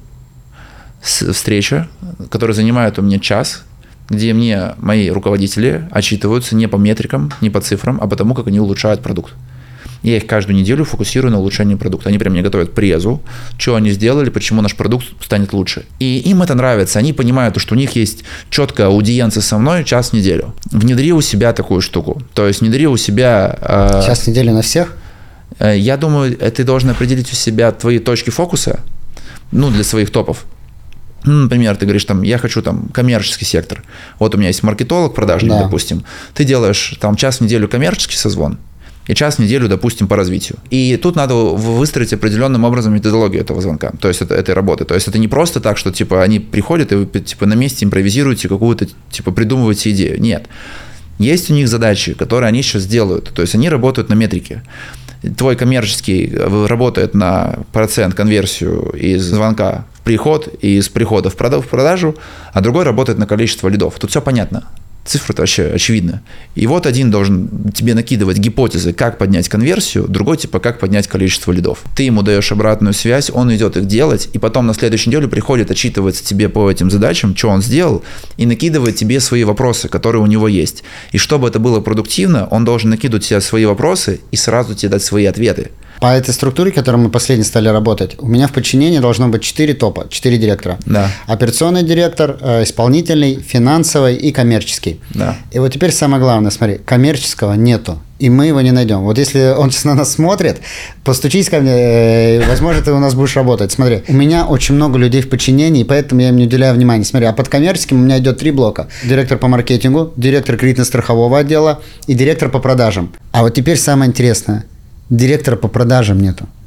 встреча, которая занимает у меня час, где мне мои руководители отчитываются не по метрикам, не по цифрам, а по тому, как они улучшают продукт. Я их каждую неделю фокусирую на улучшении продукта. Они прям мне готовят презу, что они сделали, почему наш продукт станет лучше. И им это нравится. Они понимают, что у них есть четкая аудиенция со мной час в неделю. Внедри у себя такую штуку. То есть внедри у себя... Э, час в неделю на всех? Э, я думаю, ты должен определить у себя твои точки фокуса, ну, для своих топов. Ну, например, ты говоришь, там, я хочу там коммерческий сектор. Вот у меня есть маркетолог, продажник, да. допустим. Ты делаешь там час в неделю коммерческий созвон, и час в неделю, допустим, по развитию. И тут надо выстроить определенным образом методологию этого звонка, то есть это, этой работы. То есть это не просто так, что типа они приходят и вы типа на месте импровизируете какую-то, типа придумываете идею. Нет. Есть у них задачи, которые они сейчас делают. То есть они работают на метрике. Твой коммерческий работает на процент конверсию из звонка в приход и из прихода в продажу, а другой работает на количество лидов. Тут все понятно. Цифры-то вообще очевидны. И вот один должен тебе накидывать гипотезы, как поднять конверсию, другой типа, как поднять количество лидов. Ты ему даешь обратную связь, он идет их делать, и потом на следующей неделе приходит, отчитывается тебе по этим задачам, что он сделал, и накидывает тебе свои вопросы, которые у него есть. И чтобы это было продуктивно, он должен накидывать тебе свои вопросы и сразу тебе дать свои ответы. По этой структуре, которой мы последние стали работать, у меня в подчинении должно быть четыре топа, четыре директора. Да. Операционный директор, исполнительный, финансовый и коммерческий. Да. И вот теперь самое главное, смотри, коммерческого нету, и мы его не найдем. Вот если он сейчас на нас смотрит, постучись ко мне, возможно, ты у нас будешь работать. Смотри, у меня очень много людей в подчинении, и поэтому я им не уделяю внимания. Смотри, а под коммерческим у меня идет три блока. Директор по маркетингу, директор кредитно-страхового отдела и директор по продажам. А вот теперь самое интересное. Директора по продажам нету.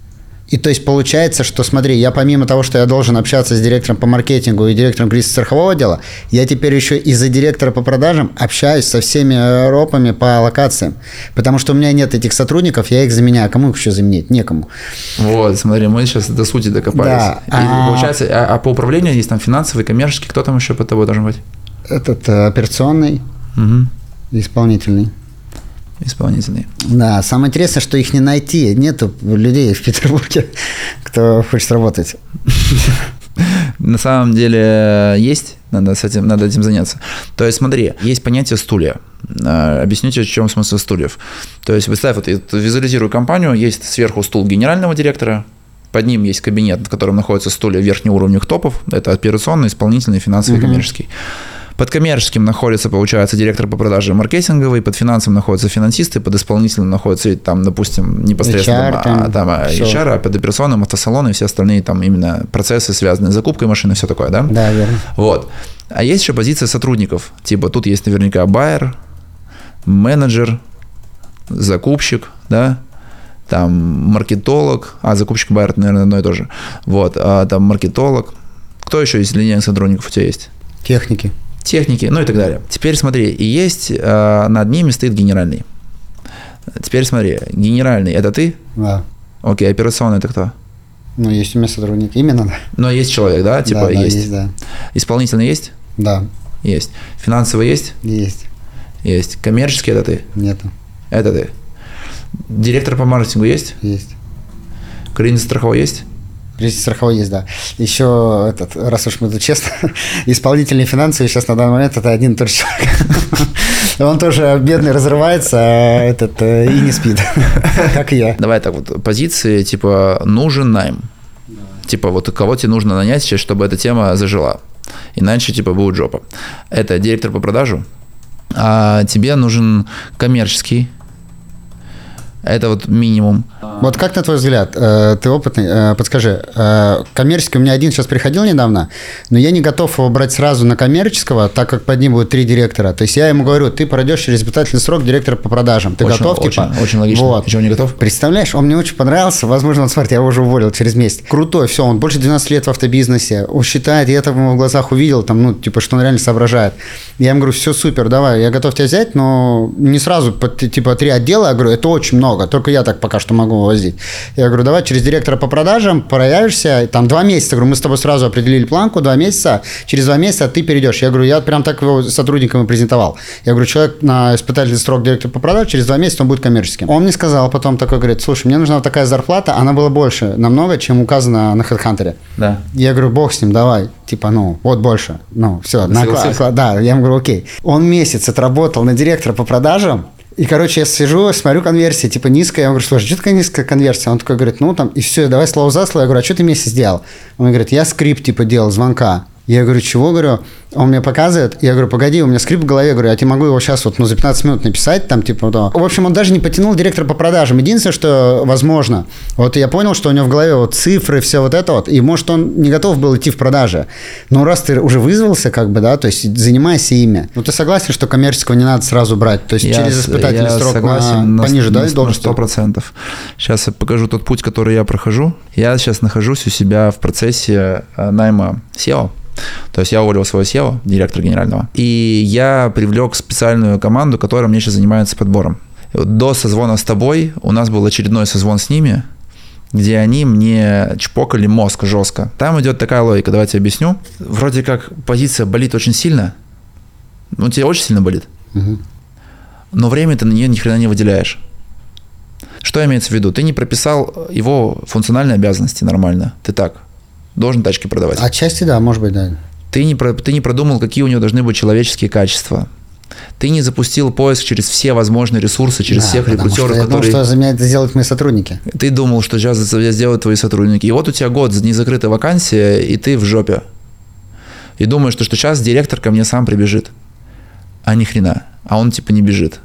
И то есть получается, что смотри, я помимо того, что я должен общаться с директором по маркетингу и директором кризисно-страхового отдела, я теперь еще из-за директора по продажам общаюсь со всеми ропами по локациям. Потому что у меня нет этих сотрудников, я их заменяю. Кому их еще заменить? Некому. Вот, смотри, мы сейчас до сути докопались. Да. И, а... Получается, а, а по управлению есть там финансовый, коммерческий, кто там еще под тобой должен быть? Этот операционный, угу. Исполнительный. Исполнительный. Да, самое интересное, что их не найти. Нету людей в Петербурге, кто хочет работать. На самом деле есть, надо, с этим, надо этим заняться. То есть смотри, есть понятие стулья. Объясню тебе, в чем смысл стульев. То есть представь, вот визуализирую компанию, есть сверху стул генерального директора, под ним есть кабинет, в котором находятся стулья верхнеуровневых топов, это операционный, исполнительный, финансовый, угу. коммерческий. Под коммерческим находится, получается, директор по продаже маркетинговый, под финансовым находятся финансисты, под исполнительным находятся, там, допустим, непосредственно эйч ар, там, там, эйч ар, а под операционным автосалоны и все остальные там именно процессы, связанные с закупкой машины, все такое, да? Да, верно. Вот. А есть еще позиция сотрудников. Типа тут есть наверняка байер, менеджер, закупщик, да, там маркетолог, а закупщик, байер, наверное, одно и то же. Вот, а там маркетолог. Кто еще из линейных сотрудников у тебя есть? Техники. Техники, ну и так далее. Теперь смотри, и есть, э, над ними стоит генеральный. Теперь смотри, генеральный – это ты? Да. Окей, операционный – это кто? Ну, есть у меня сотрудник, именно, да. Но есть человек, да? Типа да, да, есть. есть, да. Исполнительный есть? Да. Есть. Финансовый есть? Есть. Есть. Коммерческий – это ты? Нету. Это ты. Директор по маркетингу есть? Есть. Кризисно-страховой есть? Кризисно-страховой есть, да. Еще, этот, раз уж мы тут честно, исполнительные финансовые сейчас на данный момент это один и тот же человек. Он тоже бедный разрывается, а этот и не спит, как и я. Давай так вот, позиции типа нужен найм. Типа вот кого тебе нужно нанять сейчас, чтобы эта тема зажила. Иначе типа будет жопа. Это директор по продажу, а тебе нужен коммерческий. Это вот минимум. Вот как на твой взгляд, ты опытный, подскажи, коммерческий у меня один сейчас приходил недавно, но я не готов его брать сразу на коммерческого, так как под ним будет три директора. То есть я ему говорю, ты пройдешь через испытательный срок директора по продажам. Ты очень, готов? Очень, типа? Очень логично. Вот. Почему не готов? Представляешь, он мне очень понравился. Возможно, он, смотри, я его уже уволил через месяц. Крутой, все, он больше двенадцати лет в автобизнесе. Он считает, я это в его глазах увидел, там, ну, типа, что он реально соображает. Я ему говорю, все супер, давай, я готов тебя взять, но не сразу, типа, три отдела. Я говорю, это очень много, только я так пока что могу возить. Я говорю, давай через директора по продажам проявишься, там два месяца, говорю, мы с тобой сразу определили планку, два месяца, через два месяца ты перейдешь. Я говорю, я прям так его сотрудникам и презентовал. Я говорю, человек на испытательный срок директора по продажам, через два месяца он будет коммерческим. Он мне сказал потом такой, говорит, слушай, мне нужна вот такая зарплата, она была больше намного, чем указано на HeadHunter. Да. Я говорю, бог с ним, давай, типа, ну, вот больше, ну, все, наклад, да, я ему говорю, окей. Он месяц отработал на директора по продажам. И, короче, я сижу, смотрю конверсии, типа низкая. Я говорю, слушай, что такая низкая конверсия? Он такой говорит, ну там, и все, давай слово за слово. Я говорю, а что ты месяц сделал? Он говорит, я скрипт, типа, делал, звонка. Я говорю, чего? Говорю, он мне показывает. Я говорю, погоди, у меня скрипт в голове. Я говорю, я тебе могу его сейчас вот, ну, за пятнадцать минут написать, там, типа, то. В общем, он даже не потянул директора по продажам. Единственное, что возможно, вот я понял, что у него в голове вот цифры, все вот это вот, и, может, он не готов был идти в продажи. Но раз ты уже вызвался, как бы, да, то есть занимайся ими. Ну, ты согласен, что коммерческого не надо сразу брать? То есть я, через испытательный срок согласен на, пониже, на, да, должности? сто процентов. Сейчас я покажу тот путь, который я прохожу. Я сейчас нахожусь у себя в процессе найма сео. То есть я уволил своего сео, директора генерального, и я привлек специальную команду, которая мне сейчас занимается подбором. До созвона с тобой у нас был очередной созвон с ними, где они мне чпокали мозг жестко. Там идет такая логика, давайте объясню. Вроде как позиция болит очень сильно, ну тебе очень сильно болит, угу. Но время ты на нее ни хрена не выделяешь. Что имеется в виду? Ты не прописал его функциональные обязанности нормально, ты так. Должен тачки продавать. Отчасти да, может быть, да. Ты не, про, ты не продумал, какие у него должны быть человеческие качества. Ты не запустил поиск через все возможные ресурсы, через да, всех рекрутеров, я которые... Я думал, что за меня это сделают мои сотрудники. Ты думал, что сейчас сделают твои сотрудники. И вот у тебя год незакрытая вакансия, и ты в жопе. И думаешь, что, что сейчас директор ко мне сам прибежит. А ни хрена. А он типа не бежит.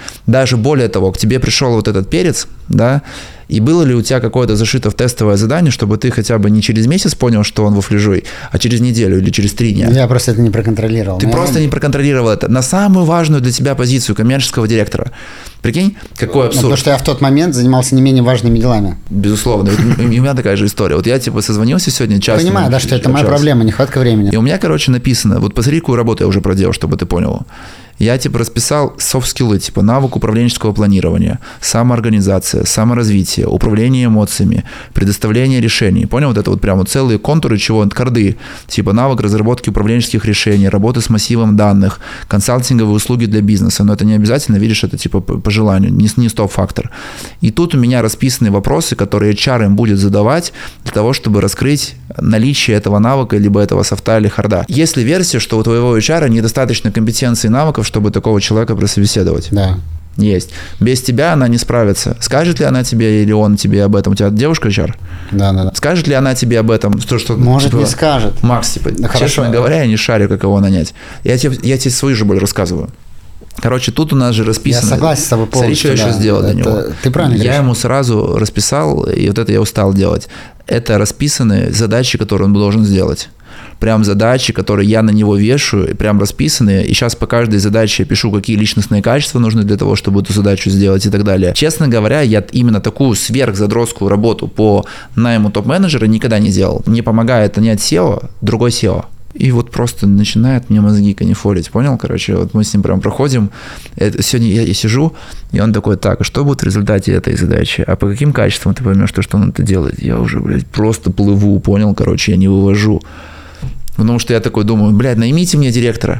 Даже более того, к тебе пришел вот этот перец, да, и было ли у тебя какое-то зашито в тестовое задание, чтобы ты хотя бы не через месяц понял, что он во флежуй, а через неделю или через три дня? Я просто это не проконтролировал. Ты просто не пропроконтролировал это на самую важную для тебя позицию коммерческого директора. Прикинь, какой абсурд. Ну, потому что я в тот момент занимался не менее важными делами. Безусловно. У меня такая же история. Вот я типа созвонился сегодня часто. Понимаю, да, что это моя проблема, нехватка времени. И у меня, короче, написано, вот посмотри, какую работу я уже проделал, чтобы ты понял. Я типа расписал софт-скиллы, типа навык управленческого планирования, самоорганизация, саморазвитие, управление эмоциями, предоставление решений. Понял? Вот это вот прямо целые контуры, чего? Карды. Типа навык разработки управленческих решений, работы с массивом данных, консалтинговые услуги для бизнеса. Но это не обязательно, видишь, это типа по желанию, не, не стоп-фактор. И тут у меня расписаны вопросы, которые эйч ар им будет задавать для того, чтобы раскрыть наличие этого навыка, либо этого софта или харда. Есть ли версия, что у твоего эйч ар недостаточно компетенции и навыков, чтобы такого человека прособеседовать? Да. Есть. Без тебя она не справится. Скажет ли она тебе или он тебе об этом? У тебя девушка эйч ар? Да, да, да. Скажет ли она тебе об этом? Что, что, Может, типа, не скажет. Макс, типа, Да, честно хорошо. говоря, я не шарю, как его нанять. Я тебе, я тебе свою же боль рассказываю. Короче, тут у нас же расписано. Я согласен с тобой полностью. Смотри, что я да. еще сделал для это, него. Ты правильно Я говоришь. ему сразу расписал, и вот это я устал делать. Это расписаны задачи, которые он должен сделать. Прям задачи, которые я на него вешаю, прям расписанные. И сейчас по каждой задаче я пишу, какие личностные качества нужны для того, чтобы эту задачу сделать и так далее. Честно говоря, я именно такую сверхзадротскую работу по найму топ-менеджера никогда не делал. Мне помогает нанять сео, другой сео. И вот просто начинает мне мозги канифолить, понял? Короче, вот мы с ним прям проходим. Это, сегодня я, я сижу, и он такой, так, а что будет в результате этой задачи? А по каким качествам ты поймешь, что, что он это делает? Я уже, блядь, просто плыву, понял? Короче, я не вывожу. Потому что я такой думаю, блядь, наймите мне директора.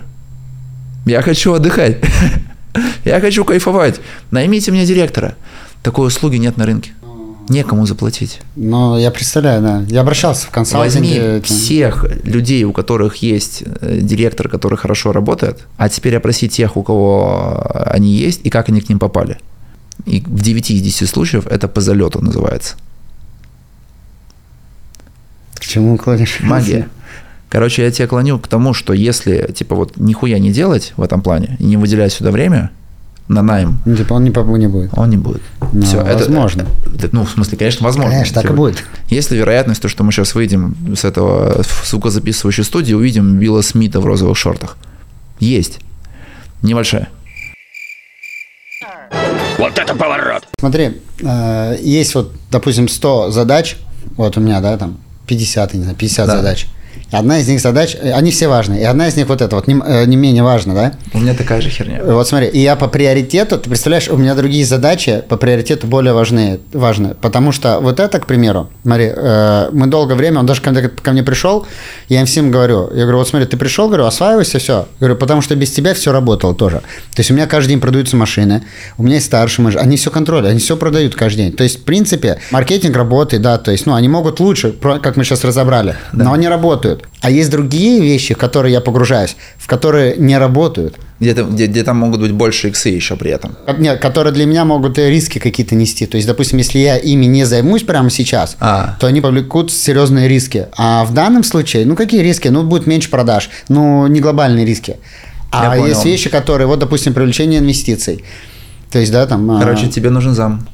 Я хочу отдыхать. Я хочу кайфовать. Наймите мне директора. Такой услуги нет на рынке. Некому заплатить. Ну, я представляю, да. Я обращался в консалтинге. Возьми всех людей, у которых есть директор, который хорошо работает, а теперь опроси тех, у кого они есть, и как они к ним попали. И в девять из десяти случаев это по залету называется. К чему клонишь? Магия. Короче, я тебя клоню к тому, что если, типа, вот нихуя не делать в этом плане, и не выделять сюда время на найм, Ну, типа он не, не будет. он не будет. Ну, Всё, возможно. Это, это, ну, в смысле, конечно, возможно. Конечно, так Типа, и будет. Есть ли вероятность, то, что мы сейчас выйдем с этого звукозаписывающей студии, увидим Билла Смита в розовых шортах? Есть. Небольшая. Вот это поворот! Смотри, э, есть вот, допустим, сто задач, вот у меня, да, там, пятьдесят, не знаю, пятьдесят Да. задач. И одна из них задач, они все важны, и одна из них вот эта вот, не, э, не менее важна, да? У меня такая же херня. Вот смотри, и я по приоритету, ты представляешь, у меня другие задачи по приоритету более важны, важны, потому что вот это, к примеру, смотри, э, мы долгое время, он даже когда ко мне пришел, я им всем говорю, я говорю, вот смотри, ты пришел, говорю, осваивайся, все, говорю, потому что без тебя все работало тоже, то есть у меня каждый день продаются машины, у меня есть старшие менеджеры, они все контролируют, они все продают каждый день, то есть в принципе маркетинг работает, да, то есть, ну, они могут лучше, как мы сейчас разобрали, да. Но они работают, а есть другие вещи, в которые я погружаюсь, в которые не работают. Где-то, где, где там могут быть больше иксы еще при этом. Нет, которые для меня могут риски какие-то нести. То есть, допустим, если я ими не займусь прямо сейчас, А. то они повлекут серьезные риски. А в данном случае, ну какие риски? Ну, будет меньше продаж. Ну, не глобальные риски. А Я есть понял. вещи, которые, вот, допустим, привлечение инвестиций. То есть, да, там... Короче, а... тебе нужен зам.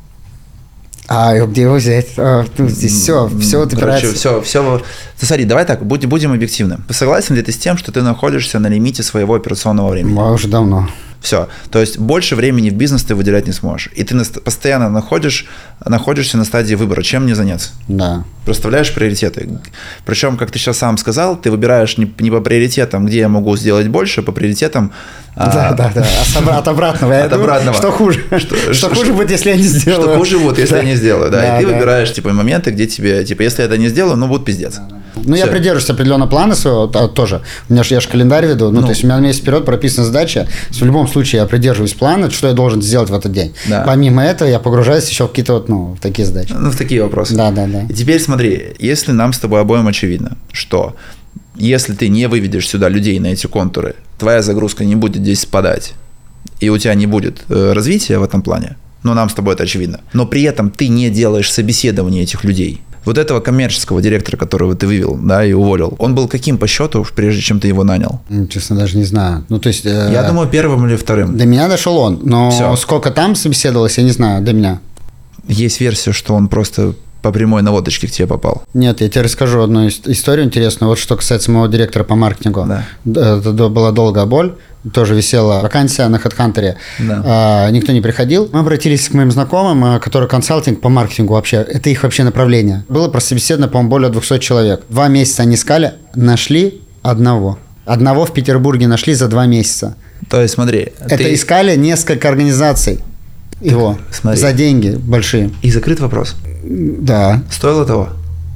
А, где его взять? А, ну, здесь все, все вот Короче, опирается. все, все. Ты смотри, давай так, будь, будем объективны. Согласен ли ты с тем, что ты находишься на лимите своего операционного времени? А, уже давно. Все. То есть больше времени в бизнес ты выделять не сможешь. И ты наст- постоянно находишь, находишься на стадии выбора, чем мне заняться. Да. Расставляешь приоритеты. Причем, как ты сейчас сам сказал, ты выбираешь не, не по приоритетам, где я могу сделать больше, а по приоритетам... Да, а, да, да. От обратного. Я От думаю, обратного. Что хуже? Что- Что что- хуже будет, если я не сделаю? Что хуже будет, если Да. я не сделаю, да. Да, И ты да. выбираешь, типа, моменты, где тебе, типа, если я это не сделаю, ну, будет пиздец. Ну, я Всё. придерживаюсь определенного плана своего а, тоже. У меня же я же календарь веду. Ну, Ну. то есть у меня на месяц вперед прописана задача. В любом случае я придерживаюсь плана, что я должен сделать в этот день. Да. Помимо этого, я погружаюсь еще в какие-то вот, ну, в такие задачи. Ну, в такие вопросы. Да, да, да. И теперь смотри, если нам с тобой обоим очевидно, что если ты не выведешь сюда людей на эти контуры, твоя загрузка не будет здесь спадать, и у тебя не будет э, развития в этом плане, ну, нам с тобой это очевидно, но при этом ты не делаешь собеседование этих людей, Вот этого коммерческого директора, которого ты вывел, да, и уволил, он был каким по счету, прежде чем ты его нанял? Честно, даже не знаю. Ну, то есть... Э, я думаю, первым или вторым. До меня дошел он, но Всё. Сколько там собеседовалось, я не знаю, до меня. Есть версия, что он просто по прямой наводочке к тебе попал. Нет, я тебе расскажу одну историю интересную. Вот что касается моего директора по маркетингу. Да. Это была долгая боль. Тоже висела вакансия на HeadHunter. Да. А, никто не приходил. Мы обратились к моим знакомым, которые консалтинг по маркетингу вообще. Это их вообще направление. Было прособеседовано, по-моему, более двухсот человек. Два месяца они искали, нашли одного. Одного в Петербурге нашли за два месяца. То есть, смотри. Это ты... искали несколько организаций его смотри. За деньги большие. И закрыт вопрос. Да. Стоило того?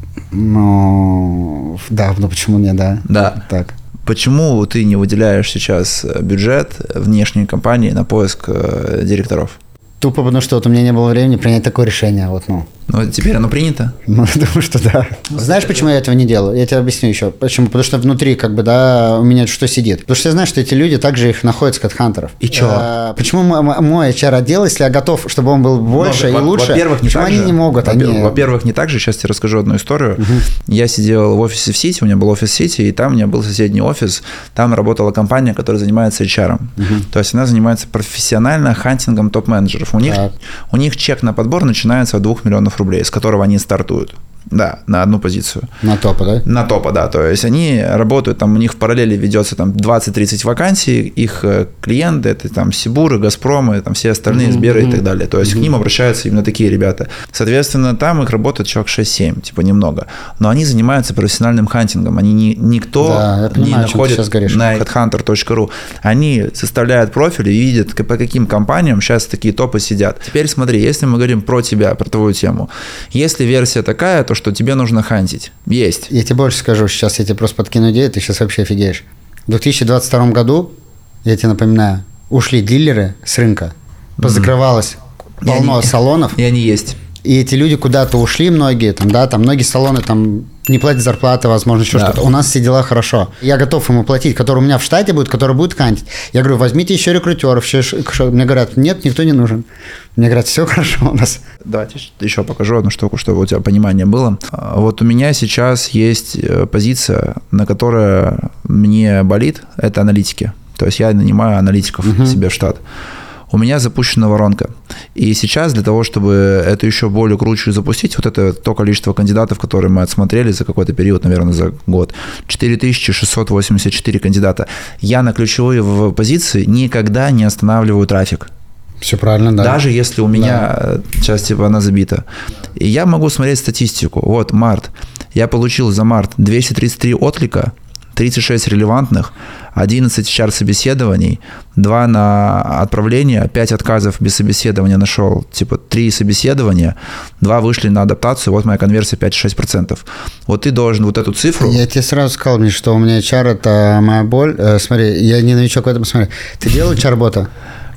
Ну, да, ну почему не, да? Да. Так. Почему ты не выделяешь сейчас бюджет внешней компании на поиск директоров? Тупо потому, что вот у меня не было времени принять такое решение. Вот, ну. Ну, теперь оно принято? Ну, думаю, что да. Знаешь, почему я этого не делаю? Я тебе объясню еще. Почему? Потому что внутри, как бы, да, у меня что сидит. Потому что я знаю, что эти люди также их находят с HeadHunter'ов. И чё? А, почему мой эйч ар-отдел, если я готов, чтобы он был больше Но, и лучше, во-первых, не почему так они же. не могут? Во-первых, они... во-первых, не так же. Сейчас тебе расскажу одну историю. Угу. Я сидел в офисе в Сити, у меня был офис в Сити, и там у меня был соседний офис. Там работала компания, которая занимается эйч ар. Угу. То есть она занимается профессионально хантингом топ-менеджеров. У них, у них чек на подбор начинается от двух миллионов рублей, с которого они стартуют. Да, на одну позицию. На топа, да? На топа, да. То есть они работают, там у них в параллели ведется там двадцать-тридцать вакансий, их клиенты, это там Сибуры, Газпромы, там все остальные, Сберы mm-hmm. и так далее. То есть mm-hmm. к ним обращаются именно такие ребята. Соответственно, там их работает человек шесть-семь, типа немного. Но они занимаются профессиональным хантингом. Они не, никто да, не находит на headhunter точка ру. Они составляют профили и видят, по каким компаниям сейчас такие топы сидят. Теперь смотри, если мы говорим про тебя, про твою тему, если версия такая, то что тебе нужно хантить. Есть. Я тебе больше скажу, сейчас я тебе просто подкину идею, ты сейчас вообще офигеешь. В две тысячи двадцать втором году, я тебе напоминаю, ушли дилеры с рынка, позакрывалось mm-hmm. полно и салонов. И они есть. И эти люди куда-то ушли, многие, там, да, там многие салоны там не платят зарплаты, возможно, еще да. что-то. У нас все дела хорошо. Я готов ему платить, который у меня в штате будет, который будет хантить. Я говорю, возьмите еще рекрутеров. Еще... Мне говорят, нет, никто не нужен. Мне говорят, все хорошо у нас. Давайте еще покажу одну штуку, чтобы у тебя понимание было. Вот у меня сейчас есть позиция, на которой мне болит, это аналитики. То есть я нанимаю аналитиков uh-huh. себе в штат. У меня запущена воронка. И сейчас для того, чтобы эту еще более круче запустить, вот это то количество кандидатов, которые мы отсмотрели за какой-то период, наверное, за год, четыре тысячи шестьсот восемьдесят четыре кандидата. Я на ключевые позиции никогда не останавливаю трафик. Все правильно, да. Даже если у меня да. часть типа она забита. И я могу смотреть статистику. Вот март. Я получил за март двести тридцать три отклика, тридцать шесть релевантных, одиннадцать эйч ар-собеседований, два на отправление, пять отказов без собеседования нашел, типа три собеседования, два вышли на адаптацию, вот моя конверсия пять целых шесть десятых процента. Вот ты должен вот эту цифру... Я тебе сразу сказал, мне, что у меня эйч ар – это моя боль. Э, смотри, я не новичок в этом, смотри. Ты делал эйч ар-бота?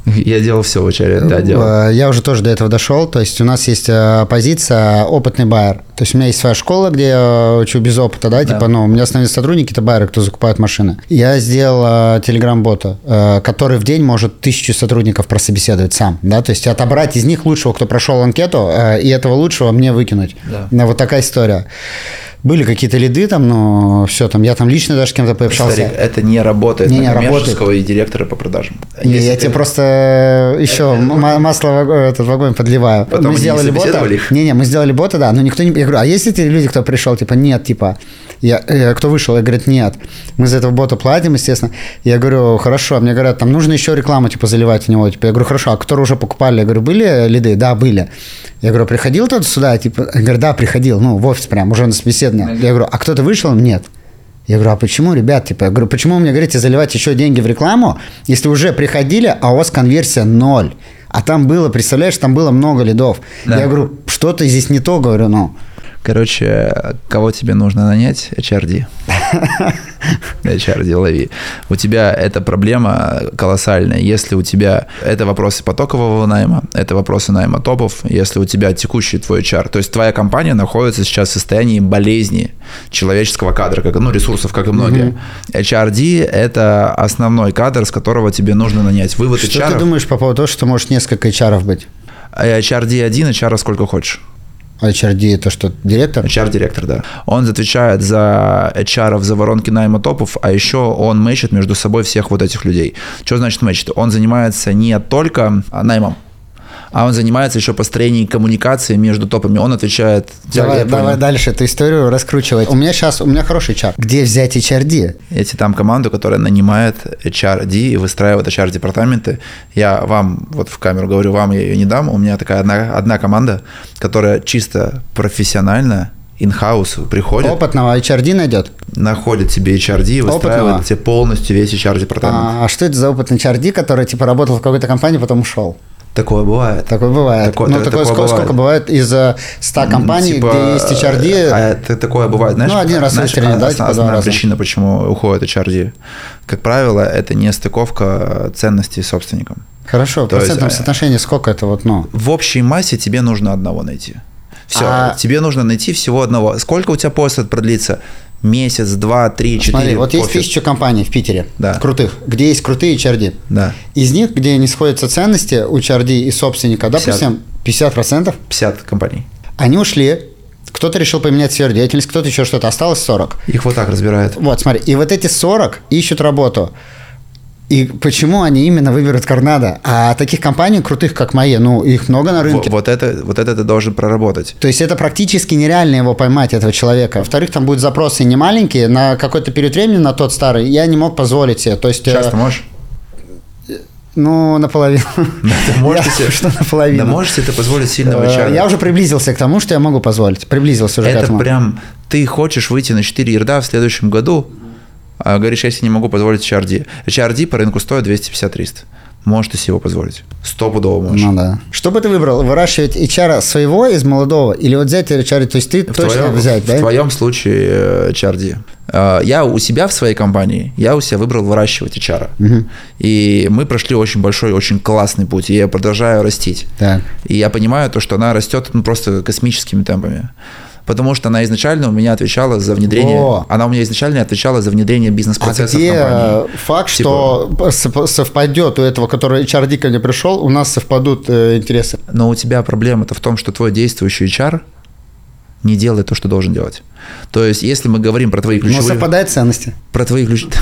Я делал все в эйч ар, да, делал. Я уже тоже до этого дошел, то есть у нас есть позиция опытный байер. То есть у меня есть своя школа, где я учу без опыта, да, типа, да. ну, у меня основные сотрудники – это байеры, кто закупает машины. Я сделал телеграм-бота, который в день может тысячу сотрудников прособеседовать сам, да, то есть отобрать из них лучшего, кто прошел анкету, и этого лучшего мне выкинуть. Да. Вот такая история. Были какие-то лиды там, но все, там я там лично даже с кем-то пообщался. Старик, это не работает не, на не коммерческого работает. И директора по продажам. Не, я ты... тебе просто еще это... масло в этот в огонь подливаю. Потом мы сделали бота. Не-не, мы сделали бота, да, но никто не... Я говорю, а есть эти люди, кто пришел? Типа, нет, типа, я, э, кто вышел? Я говорю, нет. Мы за этого бота платим, естественно. Я говорю, хорошо. Мне говорят, там нужно еще рекламу, типа, заливать в него. Типа, я говорю, хорошо, а которые уже покупали? Я говорю, были лиды? Да, были. Я говорю, приходил тот сюда? Типа, я говорю, да, приходил. Ну, в офис прям, уже на собеседование. Я говорю, а кто-то вышел? Нет. Я говорю, а почему, ребят, типа, я говорю, почему вы мне говорите заливать еще деньги в рекламу, если уже приходили, а у вас конверсия ноль? А там было, представляешь, там было много лидов. Да. Я говорю, что-то здесь не то, говорю, ну. Короче, кого тебе нужно нанять? эйч ар ди. эйч ар ди лови. У тебя эта проблема колоссальная. Если у тебя... Это вопросы потокового найма, это вопросы найма топов. Если у тебя текущий твой эйч ар, то есть твоя компания находится сейчас в состоянии болезни человеческого кадра, как, ну, ресурсов, как и многие. Mm-hmm. эйч ар ди – это основной кадр, с которого тебе нужно нанять. Вывод Что эйч ар-ов... ты думаешь по поводу того, что может несколько эйч ар-ов быть? эйч ар ди один, эйч ар сколько хочешь. А эйч ар ди это что, директор? эйч ар-директор, да. Он отвечает за эйч ар, за воронки найма топов, а еще он мэчит между собой всех вот этих людей. Что значит мэчит? Он занимается не только наймом, а он занимается еще построением коммуникации между топами. Он отвечает... Давай, давай дальше эту историю раскручивать. У меня сейчас, у меня хороший эйч ар. Где взять эйч ар ди? Эти там команду, которая нанимает эйч ар ди и выстраивает эйч ар-департаменты. Я вам, вот в камеру говорю, вам я ее не дам. У меня такая одна, одна команда, которая чисто профессионально in-house приходит. Опытного эйч ар ди найдет? Находит себе эйч ар ди и выстраивает тебе полностью весь эйч ар-департамент. А, а что это за опытный эйч ар ди, который типа работал в какой-то компании, потом ушел? Такое бывает. Такое бывает. Такое, ну, такое, такое такое сколько, бывает. сколько бывает из ста компаний, типа, где есть эйч ар ди? А это такое бывает. Знаешь, ну, один раз знаешь, выстрелили, да, основ, типа основная два раза. причина, почему уходит эйч ар ди, как правило, это не стыковка ценностей с собственником. Хорошо, в То процентном есть, соотношении сколько это вот, ну? В общей массе тебе нужно одного найти. Все, А... тебе нужно найти всего одного. Сколько у тебя поиск продлится? Месяц, два, три, четыре. Смотри, вот есть пофиг. тысяча компаний в Питере, Да. крутых, где есть крутые эйч ар ди. Да. Из них, где не сходятся ценности у эйч ар ди и собственника, допустим, пятьдесят процентов, пятьдесят компаний. они ушли, кто-то решил поменять сферу деятельности, кто-то еще что-то, осталось сорок. Их вот так разбирают. Вот, смотри, и вот эти сорок ищут работу. И почему они именно выберут Карнадо? А таких компаний крутых, как мои, ну, их много на рынке. Вот, вот, это, вот это ты должен проработать. То есть это практически нереально его поймать, этого человека. Во-вторых, там будут запросы не маленькие, на какой-то период времени, на тот старый, я не мог позволить себе. То есть, Сейчас э, ты можешь? Ну, наполовину. Да, ты можешь Я себе, что наполовину. Да можешь себе это позволить сильного эйч ар. Я уже приблизился к тому, что я могу позволить. Приблизился уже к Это этому. прям, ты хочешь выйти на четыре ярда в следующем году, а говоришь, я себе не могу позволить эйч ар ди. эйч ар ди по рынку стоит двести пятьдесят - триста. Можешь ты себе его позволить. Стопудово можешь. Ну да. Что бы ты выбрал? Выращивать эйч ар своего из молодого или вот взять эйч ар? То есть ты В точно твоем, взять, в да? В твоем случае эйч ар ди. Я у себя в своей компании, я у себя выбрал выращивать эйч ар. Угу. И мы прошли очень большой, очень классный путь. И я продолжаю растить. Так. И я понимаю то, что она растет ну, просто космическими темпами. Потому что она изначально у меня отвечала за внедрение. О. Она у меня изначально отвечала за внедрение бизнес-процессов А где компании. факт, Типа, что совпадет у этого, который эйч ар ди ко мне пришел, у нас совпадут э, интересы? Но у тебя проблема-то в том, что твой действующий эйч ар не делает то, что должен делать. То есть, если мы говорим про твои ключевые... Но совпадают ценности. Про твои ключевые...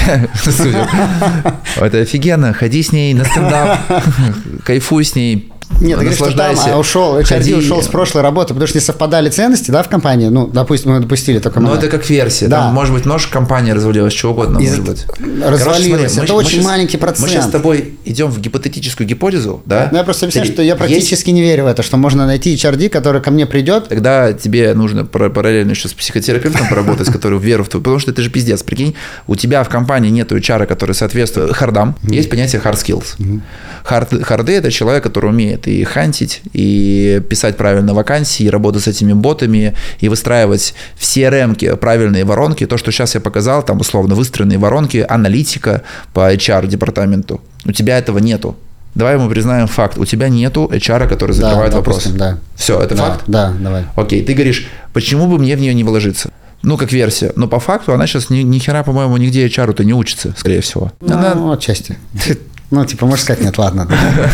Это офигенно. Ходи с ней на стендап, кайфуй с ней. Нет, ты говоришь, что там а, ушел, эйч ар ди Ходи... ушел с прошлой работы, потому что не совпадали ценности, да, в компании, ну, допустим, мы допустили только момент. Ну, это как версия, да. Там, может быть, немножко компания развалилась, чего угодно, Из... может быть. Развалилась, Короче, смотри, это мы, очень мы маленький сейчас, процент. Мы сейчас с тобой идем в гипотетическую гипотезу, да? Ну, я просто объясняю, что я практически есть... не верю в это, что можно найти эйч ар ди, который ко мне придет. Тогда тебе нужно параллельно еще с психотерапевтом поработать, который веру в твою, потому что это же пиздец, прикинь, у тебя в компании нет эйч ар, который соответствует хардам, есть понятие hard skills. Hard, харды – это человек, который умеет и хантить, и писать правильно вакансии, и работать с этими ботами, и выстраивать в си эр эм-ке правильные воронки. То, что сейчас я показал, там условно выстроенные воронки, аналитика по эйч ар-департаменту. У тебя этого нету. Давай мы признаем факт. У тебя нету эйч ар, который закрывает да, вопрос. Допустим, да. Все, это да, факт? Да, давай. Окей, ты говоришь, почему бы мне в нее не вложиться? Ну, как версия. Но по факту она сейчас ни, ни хера, по-моему, нигде эйч ар-то не учится, скорее всего. Ну, она... отчасти. Ну, типа, можешь сказать, нет, ладно.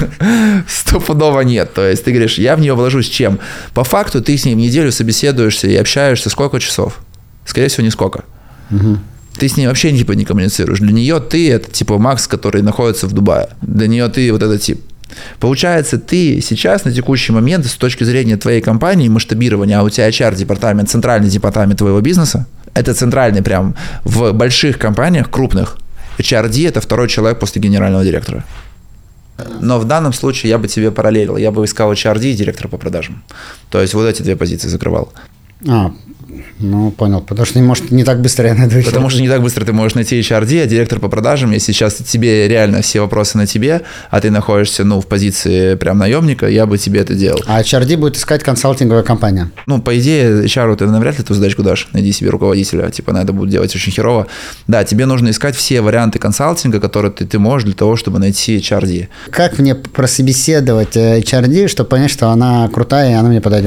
Стопудово нет. То есть ты говоришь, я в нее вложусь чем? По факту ты с ней в неделю собеседуешься и общаешься сколько часов? Скорее всего, нисколько. Угу. Ты с ней вообще типа не коммуницируешь. Для нее ты это типа Макс, который находится в Дубае. Для нее ты вот этот тип. Получается, ты сейчас на текущий момент с точки зрения твоей компании, масштабирования, а у тебя эйч ар-департамент, центральный департамент твоего бизнеса, это центральный прям в больших компаниях, крупных, эйч ар ди – это второй человек после генерального директора. Но в данном случае я бы тебе параллелил. Я бы искал эйч ар ди и директора по продажам. То есть вот эти две позиции закрывал. А, ну, понял. Потому что, может, не так быстро я найду. Потому что не так быстро ты можешь найти эйч ар ди, а директор по продажам, если сейчас тебе реально все вопросы на тебе, а ты находишься, ну, в позиции прям наемника, я бы тебе это делал. А эйч ар ди будет искать консалтинговая компания? Ну, по идее, эйч ар ты навряд ли эту задачку дашь. Найди себе руководителя, типа, надо будет делать очень херово. Да, тебе нужно искать все варианты консалтинга, которые ты, ты можешь для того, чтобы найти эйч ар ди. Как мне прособеседовать эйч ар ди, чтобы понять, что она крутая и она мне подойдет?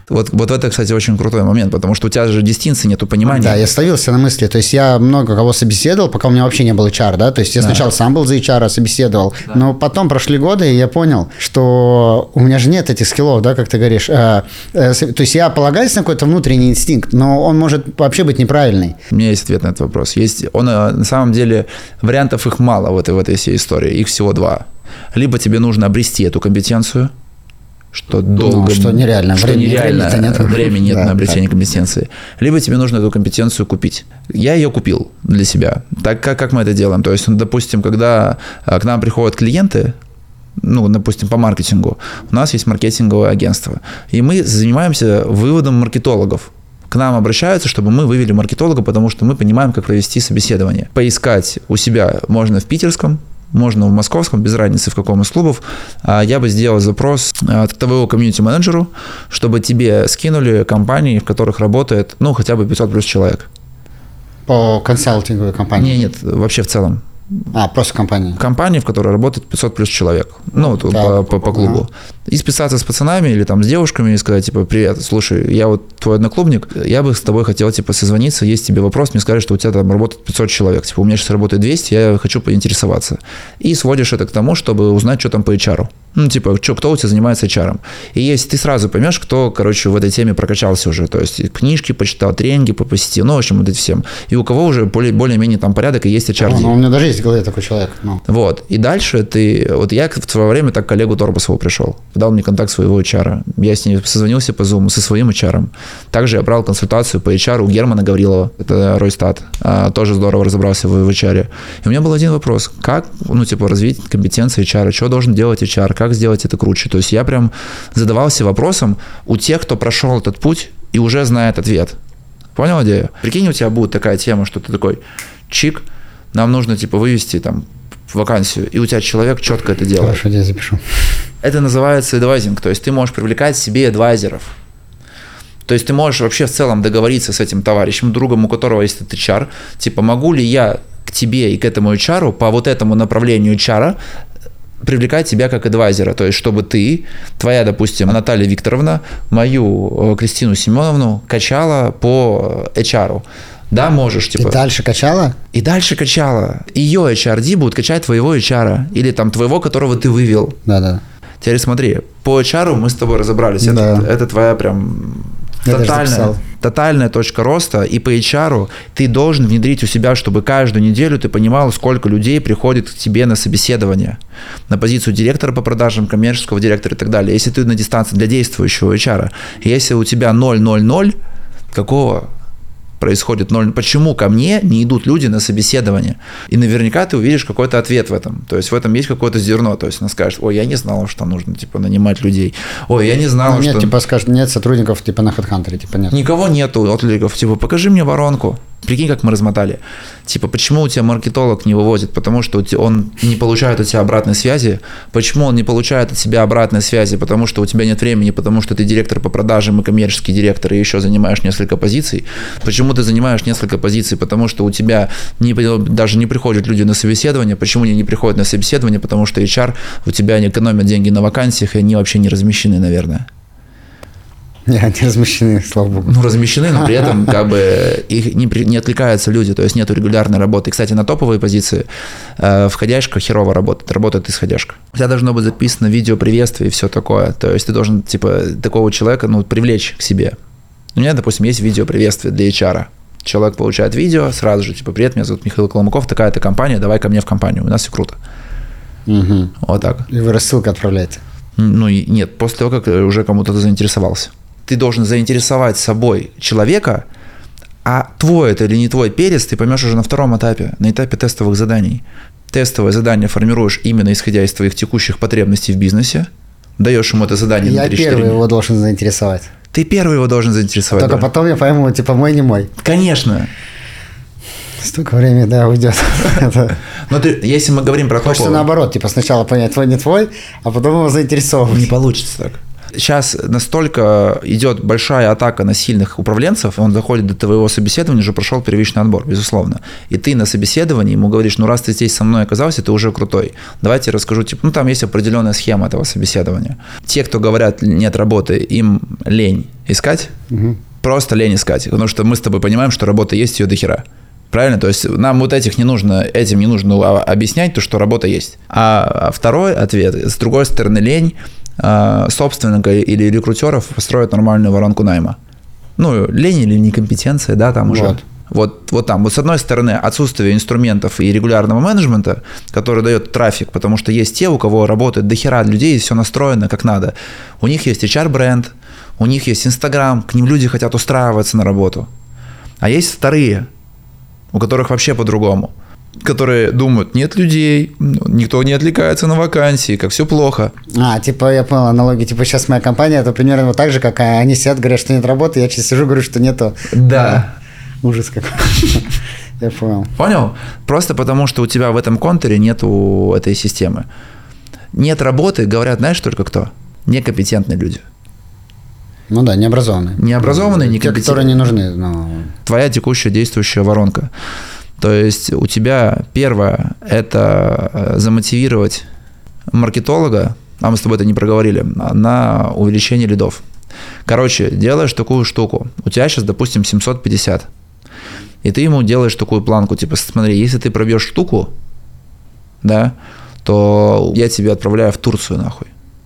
Вот, вот это, кстати, очень крутой момент, потому что у тебя же дистинкции нету понимания. Да, я становился на мысли, то есть я много кого собеседовал, пока у меня вообще не был эйч ар, да, то есть я да. сначала сам был за эйч ар, собеседовал, да. но потом прошли годы, и я понял, что у меня же нет этих скиллов, да, как ты говоришь. Э, э, то есть я полагаюсь на какой-то внутренний инстинкт, но он может вообще быть неправильный. У меня есть ответ на этот вопрос. Есть, он, на самом деле, вариантов их мало в этой, в этой всей истории, их всего два. Либо тебе нужно обрести эту компетенцию, что долго, ну, что нереально, что времени, нереально, нет. времени нет да, на обретение так. компетенции. Либо тебе нужно эту компетенцию купить. Я ее купил для себя. Так как, как мы это делаем? То есть, ну, допустим, когда к нам приходят клиенты, ну, допустим, по маркетингу, у нас есть маркетинговое агентство, и мы занимаемся выводом маркетологов. К нам обращаются, чтобы мы вывели маркетолога, потому что мы понимаем, как провести собеседование. Поискать у себя можно в питерском, можно в московском, без разницы в каком из клубов. Я бы сделал запрос к твоему комьюнити-менеджеру, чтобы тебе скинули компании, в которых работает, ну, хотя бы пятьсот плюс человек. По консалтинговой компании? Нет, нет, вообще в целом. А, просто компания? Компания, в которой работает пятьсот плюс человек. Ну, вот да, по, по, по клубу. Ага. И списаться с пацанами или там с девушками и сказать, типа, привет, слушай, я вот твой одноклубник, я бы с тобой хотел, типа, созвониться, есть тебе вопрос, мне сказали, что у тебя там работает пятьсот человек. Типа, у меня сейчас работает двести, я хочу поинтересоваться. И сводишь это к тому, чтобы узнать, что там по эйч ар. Ну, типа, что, кто у тебя занимается эйч ар. И если ты сразу поймешь, кто, короче, в этой теме прокачался уже, то есть книжки почитал, тренинги попосетил, ну, в общем, вот эти всем. И у кого уже более, более-менее там порядок и есть эйч ар. Ну, у меня даже есть в голове такой человек. Ну. Вот. И дальше ты... Вот я в свое время так к коллегу Торбасову пришел. Дал мне контакт своего эйч ар. Я с ним созвонился по Zoom со своим эйч ар. Также я брал консультацию по эйч ар у Германа Гаврилова. Это Ройстат. А, тоже здорово разобрался в, в эйч ар. И у меня был один вопрос. Как, ну, типа, развить компетенции эйч ар? Что должен делать эйч ар? Как сделать это круче? То есть я прям задавался вопросом у тех, кто прошел этот путь и уже знает ответ. Понял идею? Прикинь, у тебя будет такая тема, что ты такой чик, нам нужно, типа, вывести там вакансию, и у тебя человек четко это делает. Хорошо, я запишу. Это называется эдвайзинг, то есть ты можешь привлекать себе эдвайзеров. То есть ты можешь вообще в целом договориться с этим товарищем, другом, у которого есть этот эйч ар, типа, могу ли я к тебе и к этому эйч ар по вот этому направлению эйч ар привлекать тебя как эдвайзера, то есть чтобы ты, твоя, допустим, Наталья Викторовна, мою Кристину Семеновну качала по эйч ар. Да, можешь, типа. И дальше качала? И дальше качала. Ее эйч ар ди будет качать твоего эйч ар. Или там твоего, которого ты вывел. Да-да. Теперь смотри, по эйч ар мы с тобой разобрались. Да. Это, это твоя прям тотальная, тотальная точка роста. И по эйч ар ты должен внедрить у себя, чтобы каждую неделю ты понимал, сколько людей приходит к тебе на собеседование. На позицию директора по продажам, коммерческого директора и так далее. Если ты на дистанции для действующего эйч ар, если у тебя ноль ноль ноль, какого происходит ноль. Почему ко мне не идут люди на собеседование? И наверняка ты увидишь какой-то ответ в этом. То есть в этом есть какое-то зерно. То есть она скажет, ой, я не знала, что нужно, типа, нанимать людей. Ой, я не знала, ну, нет, что... Нет, типа, скажет, нет сотрудников, типа, на HeadHunter, типа, нет. Никого нету откликов. Типа, покажи мне воронку. Прикинь, как мы размотали. Типа, почему у тебя маркетолог не вывозит? Потому что он не получает от тебя обратной связи. Почему он не получает от тебя обратной связи? Потому что у тебя нет времени, потому что ты директор по продажам и коммерческий директор, и еще занимаешь несколько позиций. Почему ты занимаешь несколько позиций? Потому что у тебя не, даже не приходят люди на собеседование. Почему они не приходят на собеседование? Потому что эйч ар у тебя не экономят деньги на вакансиях, и они вообще не размещены, наверное. Нет, они размещены, слава богу. Ну, размещены, но при этом как бы их не, не отвлекаются люди, то есть нету регулярной работы. И, кстати, на топовые позиции э, входяшка херово работает, работает исходяшка. У тебя должно быть записано видео приветствие и все такое. То есть ты должен, типа, такого человека, ну, привлечь к себе. У меня, допустим, есть видео приветствие для эйч ар. Человек получает видео, сразу же, типа, привет, меня зовут Михаил Колмаков, такая-то компания, давай ко мне в компанию, у нас все круто. Угу. Вот так. И вы рассылку отправляете? Ну, и нет, после того, как уже кому-то ты заинтересовался. Ты должен заинтересовать собой человека, а твой это или не твой перец ты поймешь уже на втором этапе, на этапе тестовых заданий. Тестовое задание формируешь именно исходя из твоих текущих потребностей в бизнесе, даешь ему это задание я на три-четыре первый его должен заинтересовать. Ты первый его должен заинтересовать. Только да? потом я пойму, типа, мой не мой. Конечно. Столько времени, да, уйдет. Но ты, если мы говорим про топового... Хочется наоборот, типа, сначала понять, твой не твой, а потом его заинтересовывать. Не получится так. Сейчас настолько идет большая атака на сильных управленцев, он доходит до твоего собеседования, уже прошел первичный отбор, безусловно. И ты на собеседовании ему говоришь, ну раз ты здесь со мной оказался, ты уже крутой. Давайте я расскажу, типа, ну там есть определенная схема этого собеседования. Те, кто говорят, нет работы, им лень, искать, Угу. просто лень искать. Потому что мы с тобой понимаем, что работа есть, ее дохера. Правильно? То есть нам вот этих не нужно, этим не нужно объяснять, то, что работа есть. А второй ответ, с другой стороны, лень собственника или рекрутеров построить нормальную воронку найма. Ну, лень или некомпетенция, да, там уже. Вот. Вот, вот там. Вот с одной стороны, отсутствие инструментов и регулярного менеджмента, который дает трафик, потому что есть те, у кого работает дохера людей, и все настроено как надо. У них есть эйч ар-бренд, у них есть Инстаграм, к ним люди хотят устраиваться на работу. А есть вторые, у которых вообще по-другому, которые думают, нет людей, никто не отвлекается на вакансии, как все плохо. А, типа, я понял аналогию, типа, сейчас моя компания, это примерно вот так же, как они сидят, говорят, что нет работы, я сейчас сижу, говорю, что нету. Да. Ужас какой. Я понял. Понял? Просто потому, что у тебя в этом контуре нету этой системы. Нет работы, говорят, знаешь, только кто? Некомпетентные люди. Ну да, необразованные. Необразованные, некомпетентные. Те, которые не нужны. Но... Твоя текущая действующая воронка. То есть у тебя первое – это замотивировать маркетолога, а мы с тобой это не проговорили, на увеличение лидов. Короче, делаешь такую штуку. У тебя сейчас, допустим, семьсот пятьдесят. И ты ему делаешь такую планку, типа, смотри, если ты пробьешь штуку, да, то я тебя отправляю в Турцию, нахуй.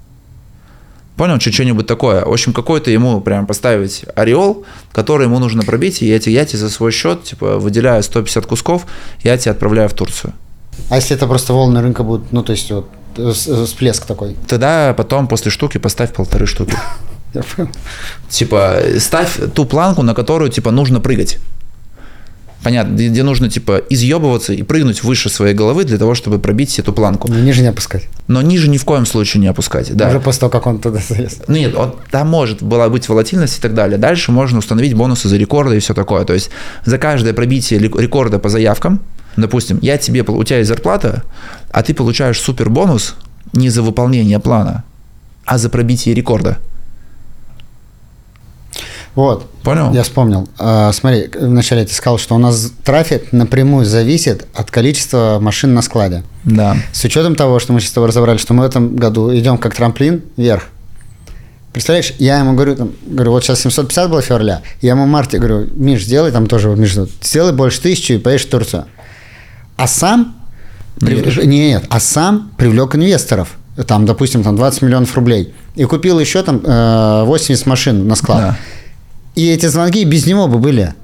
Понял? Что-нибудь такое. В общем, какой-то ему прям поставить ореол, который ему нужно пробить, и я тебе, я тебе за свой счет, типа, выделяю сто пятьдесят кусков, я тебя отправляю в Турцию. А если это просто волны рынка будут, ну, то есть, вот, всплеск такой? Тогда потом после штуки поставь полторы штуки. Я понял. Типа, ставь ту планку, на которую, типа, нужно прыгать. Понятно, где нужно, типа, изъебываться и прыгнуть выше своей головы для того, чтобы пробить эту планку. Но ниже не опускать. Но ниже ни в коем случае не опускать, да. Уже после того, как он туда залез. Ну нет, он, там может была быть волатильность и так далее. Дальше можно установить бонусы за рекорды и все такое. То есть за каждое пробитие рекорда по заявкам, допустим, я тебе, у тебя есть зарплата, а ты получаешь супер бонус не за выполнение плана, а за пробитие рекорда. Вот. Понял? Я вспомнил. А, смотри, вначале ты сказал, что у нас трафик напрямую зависит от количества машин на складе. Да. С учетом того, что мы сейчас с тобой разобрали, что мы в этом году идем как трамплин вверх. Представляешь, я ему говорю, там, говорю, вот сейчас семьсот пятьдесят было февраля, я ему в марте говорю, Миш, сделай там тоже, Миш, сделай больше тысячи и поедешь в Турцию. А сам, прив... нет, а сам привлек инвесторов, там, допустим, там двадцать миллионов рублей, и купил еще там восемьдесят машин на склад. Да. И эти звонки без него бы были.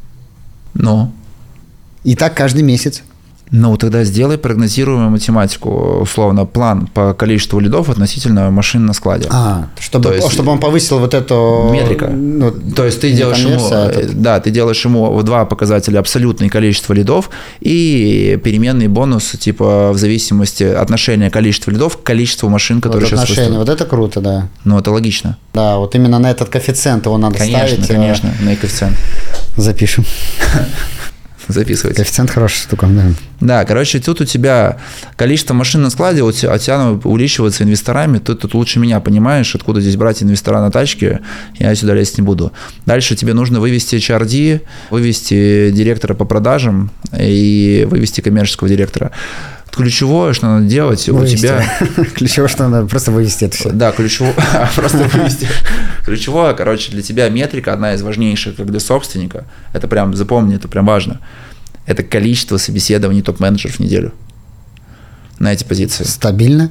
Ну? И так каждый месяц. Ну, тогда сделай прогнозируемую математику, условно, план по количеству лидов относительно машин на складе. А, чтобы, То есть, чтобы он повысил вот эту... Метрика. Ну, то есть ты делаешь ему, этот... да, ты делаешь ему в два показателя абсолютное количество лидов и переменный бонус, типа в зависимости отношения количества лидов к количеству машин, которые вот сейчас отношения, вот это круто, да. Ну, это логично. Да, вот именно на этот коэффициент его надо конечно, ставить. Конечно, конечно, на коэффициент. Запишем. Записывайте. Коэффициент хорошая штука, да. Да, короче, тут у тебя количество машин на складе, у тебя, у тебя оно увеличивается инвесторами, ты тут лучше меня понимаешь, откуда здесь брать инвестора на тачке, я сюда лезть не буду. Дальше тебе нужно вывести эйч ар ди, вывести директора по продажам и вывести коммерческого директора. Ключевое, что надо делать, вывести. У тебя... Ключевое, что надо просто вывести это все. Да, ключевое, просто вывести. Ключевое, короче, для тебя метрика, одна из важнейших, как для собственника, это прям, запомни, это прям важно. Это количество собеседований топ-менеджеров в неделю на эти позиции. Стабильно?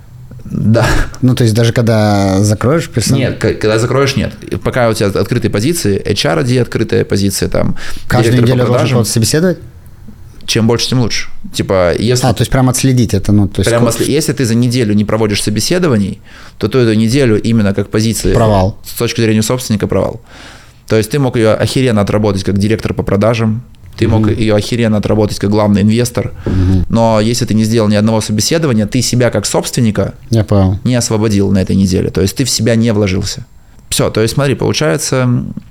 Да. Ну, то есть даже когда закроешь персонал? Нет, когда закроешь, нет. Пока у тебя открытые позиции, эйч ар ди открытая позиция, там, каждую неделю должен кого-то собеседовать? Чем больше, тем лучше. Типа, если... А, то есть прям отследить это, ну, то есть... Прямо сколько... Если ты за неделю не проводишь собеседований, то ту эту неделю именно как позиция... Провал. С точки зрения собственника провал. То есть ты мог ее охеренно отработать как директор по продажам, ты мог mm-hmm. ее охеренно отработать как главный инвестор, mm-hmm. но если ты не сделал ни одного собеседования, ты себя как собственника Я понял. не освободил на этой неделе. То есть ты в себя не вложился. Все, то есть смотри, получается,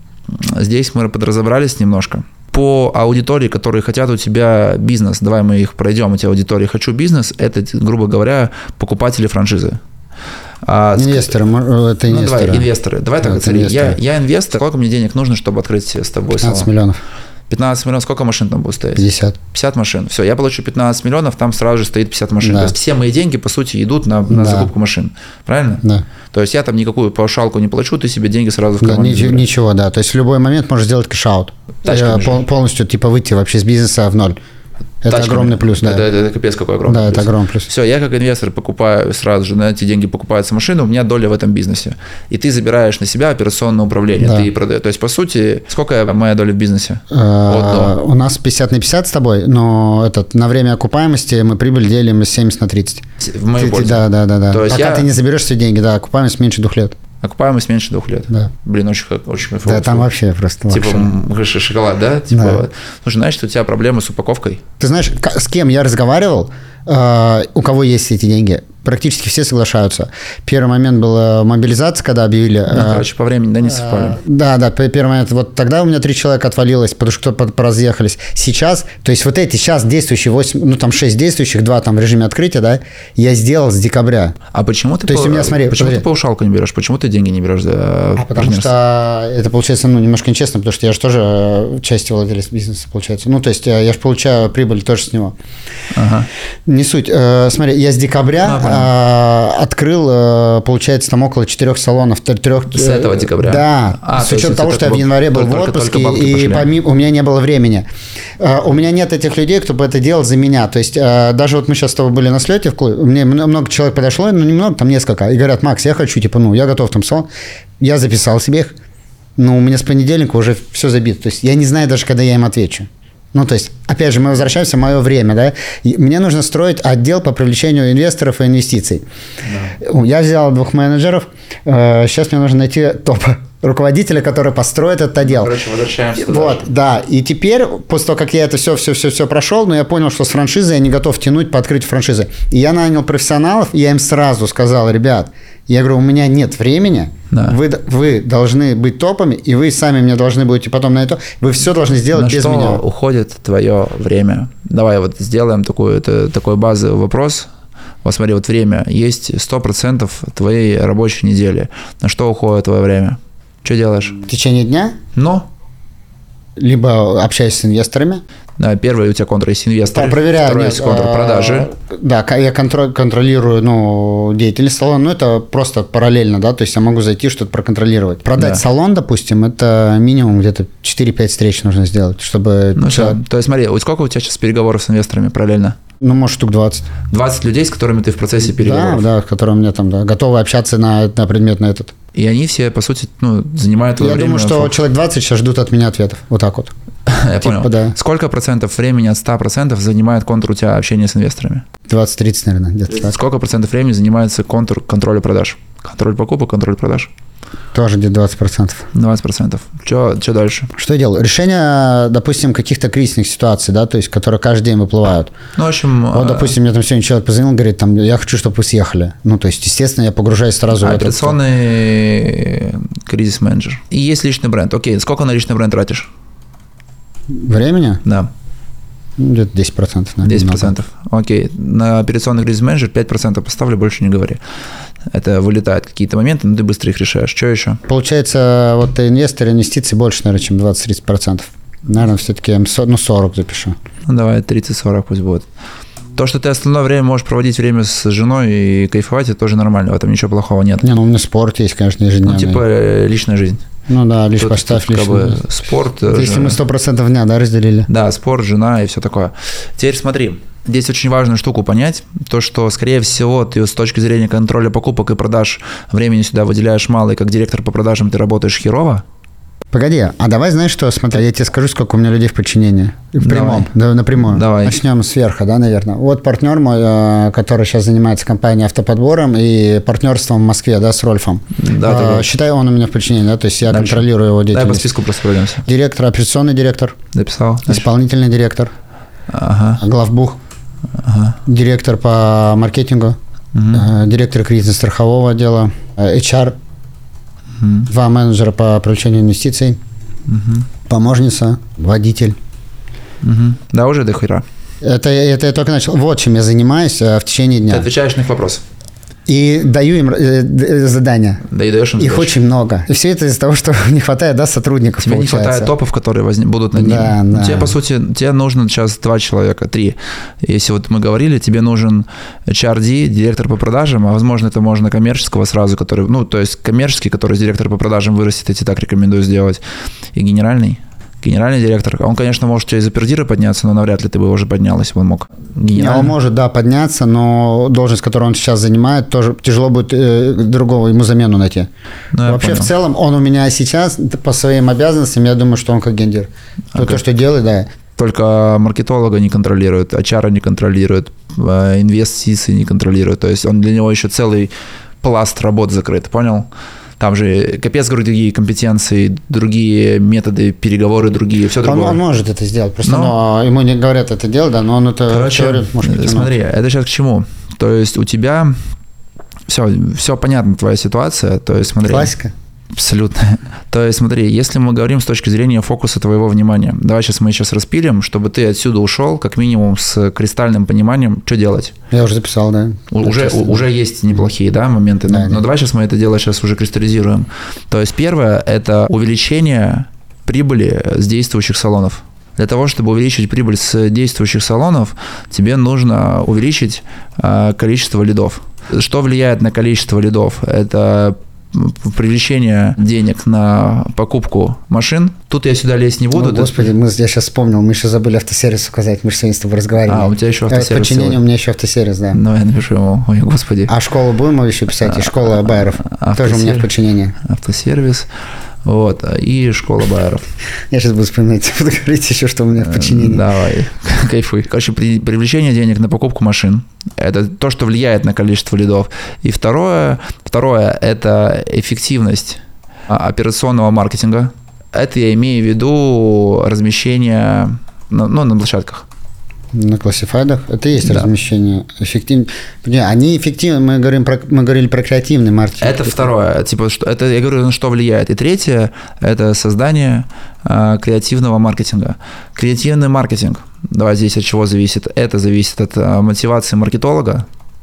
здесь мы подразобрались немножко. По аудитории, которые хотят у тебя бизнес, давай мы их пройдем, эти аудитории «хочу бизнес», это, грубо говоря, покупатели франшизы. А, инвесторы, это инвесторы. Ну, давай, инвесторы. Давай так, смотри, я, я инвестор, сколько мне денег нужно, чтобы открыть с тобой салон? пятнадцать миллионов. пятнадцать миллионов, сколько машин там будет стоять? пятьдесят. пятьдесят машин. Все, я получу пятнадцать миллионов, там сразу же стоит пятьдесят машин. Да. То есть все мои деньги, по сути, идут на, на да. закупку машин. Правильно? Да. То есть я там никакую паушалку не плачу, ты себе деньги сразу в Да, карман ничего, забираешь. ничего, да. То есть в любой момент можешь сделать кэш-аут. Тачками Пол, полностью типа выйти вообще с бизнеса в ноль. Это Тачками. огромный плюс, да. Это, это, это капец какой огромный да, плюс. это огромный плюс. Все, я как инвестор покупаю сразу же, на эти деньги покупается машина, у меня доля в этом бизнесе. И ты забираешь на себя операционное управление, да. ты продаешь. То есть, по сути, сколько моя доля в бизнесе? А, у нас пятьдесят на пятьдесят с тобой, но этот, на время окупаемости мы прибыль делим семьдесят на тридцать. В мою ты, пользу. Ты, да, да, да. да. То есть Пока я... ты не заберешь все деньги, да, окупаемость меньше двух лет. Окупаемость меньше двух лет. Да. Блин, очень, очень кайфово. Да, там вообще просто Типа вообще. шоколад, да? Типа, да. Слушай, знаешь, что у тебя проблемы с упаковкой? Ты знаешь, с кем я разговаривал, э, у кого есть эти деньги, практически все соглашаются. Первый момент был мобилизация, когда объявили. Ну, э, короче, по времени, да, не совпали. Э, да, да, первый момент. Вот тогда у меня три человека отвалилось, потому что кто-то поразъехались. Сейчас, то есть вот эти сейчас действующие восемь, ну там шесть действующих, два там в режиме открытия, да, я сделал с декабря. А почему ты, то есть по... у меня, смотри, почему смотри. ты паушалку не берешь? Почему ты деньги не берешь за А потому что это получается, ну, немножко нечестно, потому что я же тоже часть владелец бизнеса, получается. Ну, то есть я же получаю прибыль тоже с него. Ага. Не суть. Смотри, я с декабря а, открыл, получается, там около четырех салонов. Трех... С этого декабря? Да. А, с учетом того, что я в январе был только, в отпуске, только и помимо, у меня не было времени. У меня нет этих людей, кто бы это делал за меня. То есть даже вот мы сейчас с тобой были на слете в клубе, мне много человек подошло, ну, немного, там несколько, и говорят: Макс, я хочу, типа, ну, я готов там салон. Я записал себе их, но у меня с понедельника уже все забито. То есть я не знаю даже, когда я им отвечу. Ну, то есть, опять же, мы возвращаемся в мое время, да. И мне нужно строить отдел по привлечению инвесторов и инвестиций. Да. Я взял двух менеджеров. Сейчас мне нужно найти топ руководителя, который построит этот отдел. Короче, возвращаемся туда. Вот, да. И теперь, после того, как я это все, все, все, все прошел, но я понял, что с франшизой я не готов тянуть по открытию франшизы. И я нанял профессионалов, и я им сразу сказал: ребят, я говорю, у меня нет времени, да. вы, вы должны быть топами, и вы сами мне должны будете потом на это, вы все должны сделать на без что меня. Уходит твое время? Давай вот сделаем такой, это, такой базовый вопрос. Вот смотри, вот время. Есть сто процентов твоей рабочей недели. На что уходит твое время? Что делаешь? В течение дня? Ну? Либо общаюсь с инвесторами. Да, первый у тебя контур есть инвестор. Да, проверяю. Второй нет, есть контур продажи. Да, я контроль, контролирую ну, деятельность салона, но это просто параллельно, да, то есть я могу зайти что-то проконтролировать. Продать да. салон, допустим, это минимум где-то четыре-пять встреч нужно сделать, чтобы... Ну все, то есть смотри, вот сколько у тебя сейчас переговоров с инвесторами параллельно? Ну, может, штук двадцать. двадцать людей, с которыми ты в процессе переговоров? Да, да, с которыми мне там, да, готовы общаться на, на предмет на этот. И они все, по сути, ну, занимают твое Я время. Я думаю, что фокус. Человек двадцать сейчас ждут от меня ответов. Вот так вот. Я типа, понял. Да. Сколько процентов времени от ста процентов занимает контур у тебя общения с инвесторами? двадцать-тридцать, наверное, где-то так. Сколько процентов времени занимается контур контроля продаж? Контроль покупок, контроль продаж? Тоже где-то двадцать процентов. двадцать процентов. Что дальше? Что я делаю? Решение, допустим, каких-то кризисных ситуаций, да, то есть, которые каждый день выплывают. Ну, в общем... Вот, допустим, мне там сегодня человек позвонил, говорит, там, я хочу, чтобы вы съехали. Ну, то есть, естественно, я погружаюсь сразу а, в это. Операционный кризис-менеджер. И есть личный бренд. Окей, сколько на личный бренд тратишь? Времени? Да. Где-то десять процентов. Наверное, десять процентов. Окей. На операционный кризис-менеджер пять процентов поставлю, больше не говори. Это вылетают какие-то моменты, но ты быстро их решаешь. Что еще? Получается, вот инвесторы, инвестиции больше, наверное, чем двадцать-тридцать процентов. Наверное, все-таки ну, сорок запишу. Ну, давай тридцать-сорок пусть будет. То, что ты остальное время можешь проводить время с женой и кайфовать, это тоже нормально, в этом ничего плохого нет. Не, ну у меня спорт есть, конечно, ежедневный. Ну, типа личная жизнь. Ну да, лишь тут, поставь тут, лишнюю. Как бы, спорт. То есть мы сто процентов дня, да, разделили? Да, спорт, жена и все такое. Теперь смотри, здесь очень важную штуку понять, то, что, скорее всего, ты с точки зрения контроля покупок и продаж времени сюда выделяешь мало, и как директор по продажам ты работаешь херово. Погоди, а давай, знаешь что, смотри, я тебе скажу, сколько у меня людей в подчинении. В прямом, да, напрямую. Давай. Начнем сверху, да, наверное. Вот партнер мой, который сейчас занимается компанией автоподбором и партнерством в Москве, да, с Рольфом. Да, а, считай, он у меня в подчинении, да, то есть я Дальше. контролирую его деятельность. Давай по списку просто пройдемся. Директор, операционный директор. Записал. Дальше. Исполнительный директор. Ага. Главбух. Ага. Директор по маркетингу. Угу. Директор кризисно-страхового отдела. эйч ар. Угу. Два менеджера по привлечению инвестиций. Угу. Помощница, водитель. Угу. Да, уже до хера. Это, это я только начал. Вот чем я занимаюсь в течение дня. Ты отвечаешь на их вопросы. и даю им э, задания. Да и даешь им Их задачи. очень много. И все это из-за того, что не хватает, да, сотрудников. Тебе получается. не хватает топов, которые возник, будут над ними. Да, Ну, да. тебе, по сути, тебе нужно сейчас два человека, три. Если вот мы говорили, тебе нужен эйч ар ди, директор по продажам, а возможно, это можно коммерческого сразу, который, ну, то есть коммерческий, который из директора по продажам вырастет, я тебе так рекомендую сделать. И генеральный. Генеральный директор. Он, конечно, может у тебя из опердира подняться, но навряд ли ты бы его уже поднял, если бы он мог. Он может, да, подняться, но должность, которую он сейчас занимает, тоже тяжело будет э, другого ему замену найти. Ну, Вообще, понял. в целом, он у меня сейчас по своим обязанностям, я думаю, что он как гендир. А То, как? что делает, да. Только маркетолога не контролирует, эйч ар не контролирует, инвестиции не контролирует. То есть он для него еще целый пласт работ закрыт, понял? Там же капец другие компетенции, другие методы, переговоры другие, все Он, другое. он может это сделать, просто Но- но ему не говорят это делать, да, но он это Короче, теорию, может быть, смотри, это сейчас к чему? То есть у тебя все, все понятно, твоя ситуация. То есть смотри. Классика. Абсолютно. То есть смотри, если мы говорим с точки зрения фокуса твоего внимания, давай сейчас мы сейчас распилим, чтобы ты отсюда ушел как минимум с кристальным пониманием, что делать. Я уже записал, да. У- Уже, Честно. у- уже есть неплохие, да, моменты, но, Да, да. но давай сейчас мы это дело сейчас уже кристаллизируем. То есть первое – это увеличение прибыли с действующих салонов. Для того, чтобы увеличить прибыль с действующих салонов, тебе нужно увеличить а, количество лидов. Что влияет на количество лидов? Это привлечение денег на покупку машин. Тут я сюда лезть не буду. Ну, Ты- господи, мы, я сейчас вспомнил, мы еще забыли автосервис указать, мы же сегодня с тобой разговаривали. А, у тебя еще Э, автосервис. Подчинение у целый. меня еще автосервис, да. Ну, я напишу ему. Ой, господи. А школу будем еще писать? И школа байеров. Тоже у меня в Автосервис. подчинении. Автосервис. Вот. И школа байеров. Я сейчас буду вспоминать, буду говорить еще, что у меня в подчинении. Давай, кайфуй. Короче, при- привлечение денег на покупку машин. Это то, что влияет на количество лидов. И второе, второе – это эффективность а, операционного маркетинга. Это я имею в виду размещение на, ну, на площадках. На классифайдах это и есть Да. размещение. Эффективно. Не, они эффективны, мы, говорим про, мы говорили про креативный маркетинг. Это второе. Типа, что, это я говорю, на что влияет. И третье – это создание а, креативного маркетинга. Креативный маркетинг. Давай здесь от чего зависит? Это зависит от а, мотивации маркетолога.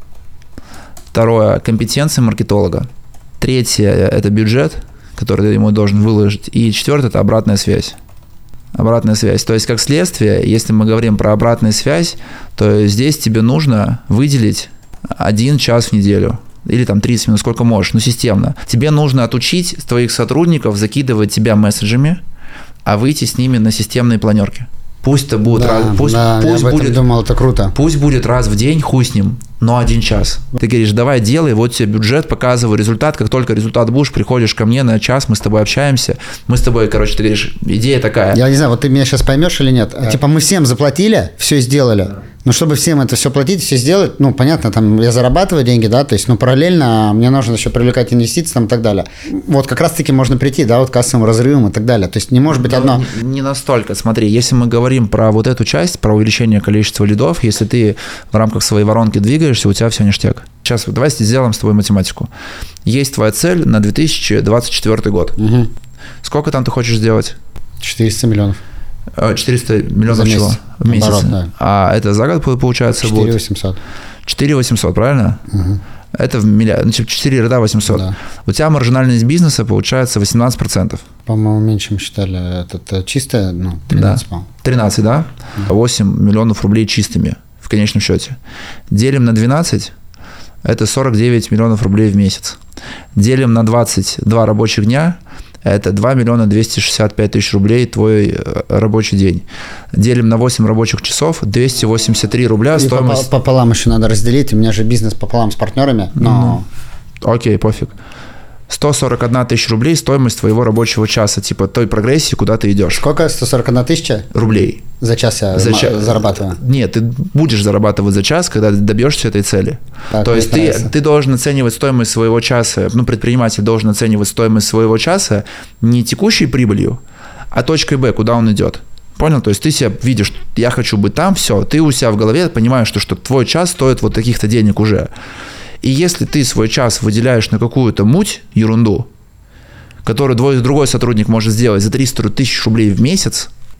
Второе – компетенции маркетолога. Третье – это бюджет, который ты ему должен выложить. И четвертое – это обратная связь. Обратная связь. То есть, как следствие, если мы говорим про обратную связь, то здесь тебе нужно выделить один час в неделю. Или там тридцать минут, сколько можешь, ну системно. Тебе нужно отучить твоих сотрудников закидывать тебя месседжами, а выйти с ними на системные планерки. Пусть это будет Да, раз, пусть, да, пусть я об этом будет, думал, это круто. пусть будет раз в день, хуй с ним, но один час. Ты говоришь, давай делай, вот тебе бюджет, показывай результат. Как только результат будешь, приходишь ко мне на час, мы с тобой общаемся. Мы с тобой, короче, ты говоришь, идея такая. Я не знаю, вот ты меня сейчас поймешь или нет. Типа мы всем заплатили, все сделали. Но чтобы всем это все платить, все сделать, ну, понятно, там я зарабатываю деньги, да, то есть, ну, параллельно мне нужно еще привлекать инвестиции там и так далее. Вот как раз-таки можно прийти, да, вот к кассовым разрывам и так далее. То есть не может быть Ну, одно... Не, не настолько. Смотри, если мы говорим про вот эту часть, про увеличение количества лидов, если ты в рамках своей воронки двигаешься, у тебя все ништяк. Сейчас давай сделаем с тобой математику. Есть твоя цель на две тысячи двадцать четвёртый год. Угу. Сколько там ты хочешь сделать? четыреста миллионов. четыреста миллионов За месяц. чего? В месяц. Оборот, да. А это за год получается четыре будет? восемьсот. четыре восемьсот, правильно? Угу. Это в миллиард, значит, четыре ряда восемьсот. Да. У тебя маржинальность бизнеса получается восемнадцать процентов. По-моему, меньше мы считали. Это, это чистое, ну, тринадцать, по-моему. тринадцать, да? восемь миллионов рублей чистыми в конечном счете. Делим на двенадцать, это сорок девять миллионов рублей в месяц. Делим на двадцать два рабочих дня, это два миллиона двести шестьдесят пять тысяч рублей твой э, рабочий день. Делим на восемь рабочих часов, двести восемьдесят три рубля И стоимость. попо- пополам еще надо разделить. У меня же бизнес пополам с партнерами, но... Окей, пофиг. сто сорок одна тысяча рублей стоимость твоего рабочего часа, типа той прогрессии, куда ты идешь. Сколько? сто сорок одна тысяча? Рублей. За час я За ма- ча- зарабатываю. Нет, ты будешь зарабатывать за час, когда добьешься этой цели. Так, То мне есть ты, нравится. ты должен оценивать стоимость своего часа, ну, предприниматель должен оценивать стоимость своего часа не текущей прибылью, а точкой Б, куда он идет. Понял? То есть ты себя видишь, я хочу быть там, все, ты у себя в голове понимаешь, что, что твой час стоит вот таких-то денег уже. И если ты свой час выделяешь на какую-то муть, ерунду, которую двой- другой сотрудник может сделать за триста тысяч рублей в месяц,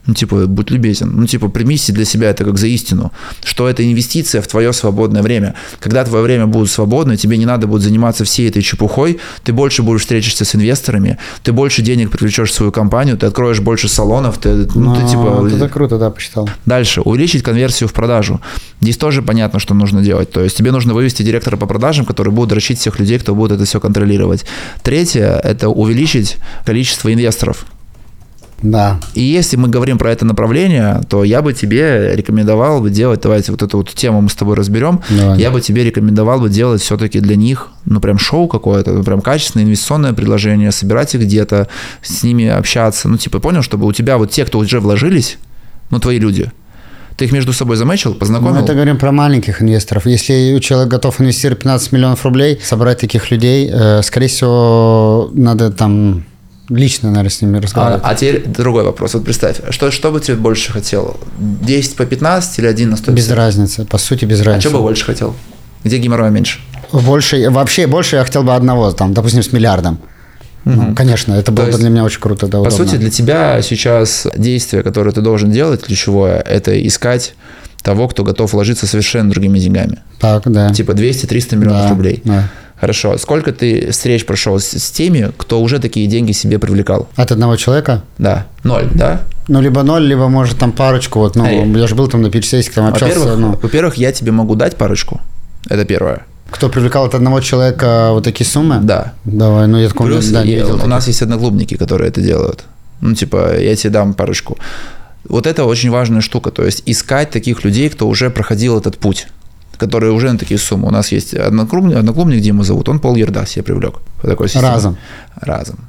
Ну, типа, будь любезен. Ну, типа, примите для себя это как за истину, что это инвестиция в твое свободное время. Когда твое время будет свободно, тебе не надо будет заниматься всей этой чепухой, ты больше будешь встречаться с инвесторами, ты больше денег привлечешь в свою компанию, ты откроешь больше салонов, ты, ну, ты типа... Это круто, да, посчитал. Дальше. Увеличить конверсию в продажу. Здесь тоже понятно, что нужно делать. То есть тебе нужно вывести директора по продажам, который будет дрочить всех людей, кто будет это все контролировать. Третье – это увеличить количество инвесторов. Да. И если мы говорим про это направление, то я бы тебе рекомендовал бы делать, давайте вот эту вот тему мы с тобой разберем, Давай. я бы тебе рекомендовал бы делать все-таки для них, ну, прям шоу какое-то, ну, прям качественное инвестиционное предложение, собирать их где-то, с ними общаться, ну, типа, понял, чтобы у тебя вот те, кто уже вложились, ну, твои люди, ты их между собой замечил, познакомил? Мы это говорим про маленьких инвесторов. Если человек готов инвестировать пятнадцать миллионов рублей, собрать таких людей, э, скорее всего, надо там... Лично, наверное, с ними разговаривать. А, а теперь другой вопрос. Вот представь, что, что бы тебе больше хотел? десять по пятнадцать или один на сто пятьдесят? Без разницы, по сути, без разницы. А что бы больше хотел? Где геморроя меньше? Больше, вообще больше я хотел бы одного, там, допустим, с миллиардом. Угу. Ну, конечно, это было бы для меня очень круто. Да, по удобно. сути, для тебя сейчас действие, которое ты должен делать, ключевое, это искать того, кто готов вложиться совершенно другими деньгами. Так, да. Типа двести-триста миллионов да, рублей. Да. Хорошо. Сколько ты встреч прошел с, с теми, кто уже такие деньги себе привлекал? От одного человека? Да. Ноль, да? Ну, либо ноль, либо, может, там парочку. Вот, ну, Эй. Я же был там на пересессии, там общался. Во-первых, ну. во-первых, я тебе могу дать парочку. Это первое. Кто привлекал от одного человека вот такие суммы? Да. Давай, ну я такого Плюс да, не видел. У таких. нас есть одноклубники, которые это делают. Ну, типа, я тебе дам парочку. Вот это очень важная штука. То есть искать таких людей, кто уже проходил этот путь, которые уже на такие суммы. У нас есть одноклубник, одноклубник Дима зовут, он полярда себе привлек. По такой системе. Разом. Разом.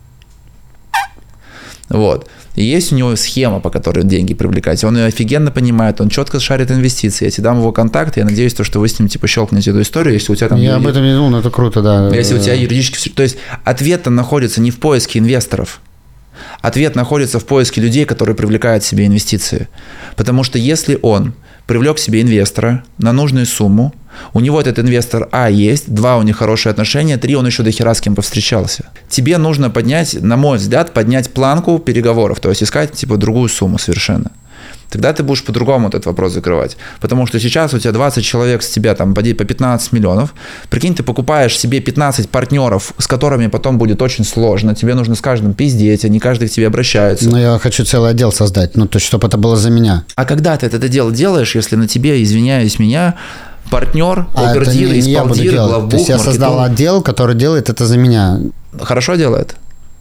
Вот. И есть у него схема, по которой деньги привлекать. Он ее офигенно понимает, он четко шарит инвестиции. Я тебе дам его контакты, я надеюсь, то, что вы с ним типа щелкнете эту историю, если у тебя там... Я об этом не думал, но это круто, да. Если у тебя юридически... То есть ответ-то находится не в поиске инвесторов. Ответ находится в поиске людей, которые привлекают себе инвестиции. Потому что если он привлек себе инвестора на нужную сумму, у него этот инвестор, а, есть, два, у них хорошие отношения, три, он еще до хера с кем повстречался. Тебе нужно поднять, на мой взгляд, поднять планку переговоров, то есть искать типа другую сумму совершенно. Тогда ты будешь по-другому этот вопрос закрывать. Потому что сейчас у тебя двадцать человек с тебя там по пятнадцать миллионов. Прикинь, ты покупаешь себе пятнадцать партнеров, с которыми потом будет очень сложно. Тебе нужно с каждым пиздеть, они каждый к тебе обращаются. Но я хочу целый отдел создать, ну то есть, чтобы это было за меня. А когда ты это дело делаешь, если на тебе, извиняюсь меня, партнер, а опердир, исполдир, главбух, то есть я маркетолог. создал отдел, который делает это за меня. Хорошо делает?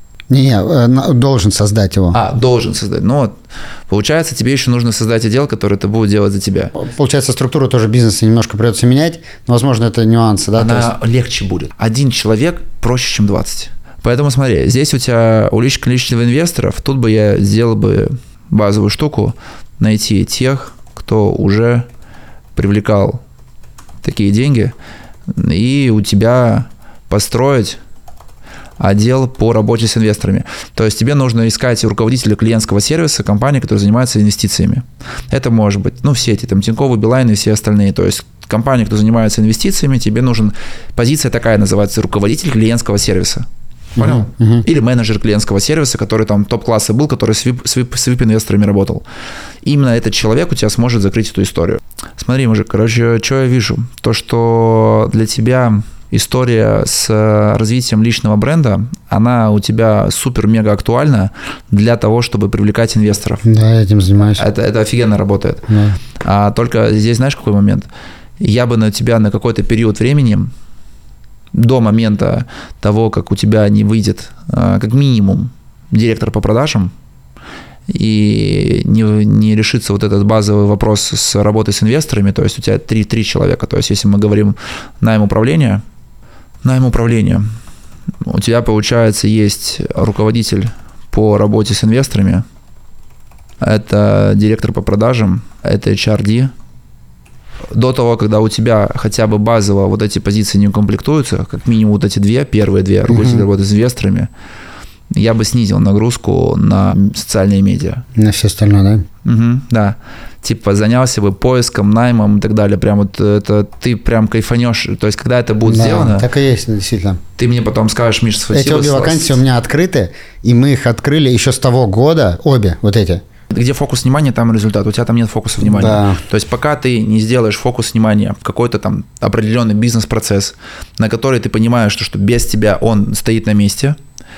Не, должен создать его. А, должен создать. Ну вот, получается, тебе еще нужно создать отдел, который это будет делать за тебя. Получается, структуру тоже бизнеса немножко придется менять, но, возможно, это нюансы, да? Она есть... легче будет. Один человек проще, чем двадцать. Поэтому смотри, здесь у тебя увеличить количество инвесторов, тут бы я сделал бы базовую штуку, найти тех, кто уже привлекал такие деньги, и у тебя построить отдел по работе с инвесторами. То есть тебе нужно искать руководителя клиентского сервиса компании, которая занимается инвестициями. Это может быть, ну, все эти, там, Тинькофф, Билайн и все остальные. То есть компания, кто занимается инвестициями, тебе нужен, позиция такая называется, руководитель клиентского сервиса. Понял? Uh-huh, uh-huh. Или менеджер клиентского сервиса, который там топ-класса был, который с вип-инвесторами работал. Именно этот человек у тебя сможет закрыть эту историю. Смотри, мужик, короче, что я вижу? То, что для тебя история с развитием личного бренда, она у тебя супер-мега актуальна для того, чтобы привлекать инвесторов. Да, я этим занимаюсь. Это, это офигенно работает. Да. А только здесь знаешь, какой момент? Я бы на тебя на какой-то период времени, до момента того, как у тебя не выйдет как минимум директор по продажам, и не, не решится вот этот базовый вопрос с работой с инвесторами, то есть у тебя три, три человека, то есть если мы говорим найм управления, найм управления, у тебя, получается, есть руководитель по работе с инвесторами, это директор по продажам, это эйч ар ди. До того, когда у тебя хотя бы базово вот эти позиции не укомплектуются, как минимум вот эти две, первые две, руководитель uh-huh. работы с инвесторами, я бы снизил нагрузку на социальные медиа. На все остальное, да? Угу, да. Типа занялся бы поиском, наймом и так далее. Прям вот это ты прям кайфанешь. То есть, когда это будет да, сделано... так и есть, действительно. Ты мне потом скажешь, Миша, спасибо. Эти обе вакансии у меня открыты, и мы их открыли еще с того года, обе вот эти. Где фокус внимания, там результат. У тебя там нет фокуса внимания. Да. То есть пока ты не сделаешь фокус внимания в какой-то там определенный бизнес-процесс, на который ты понимаешь, что, что без тебя он стоит на месте,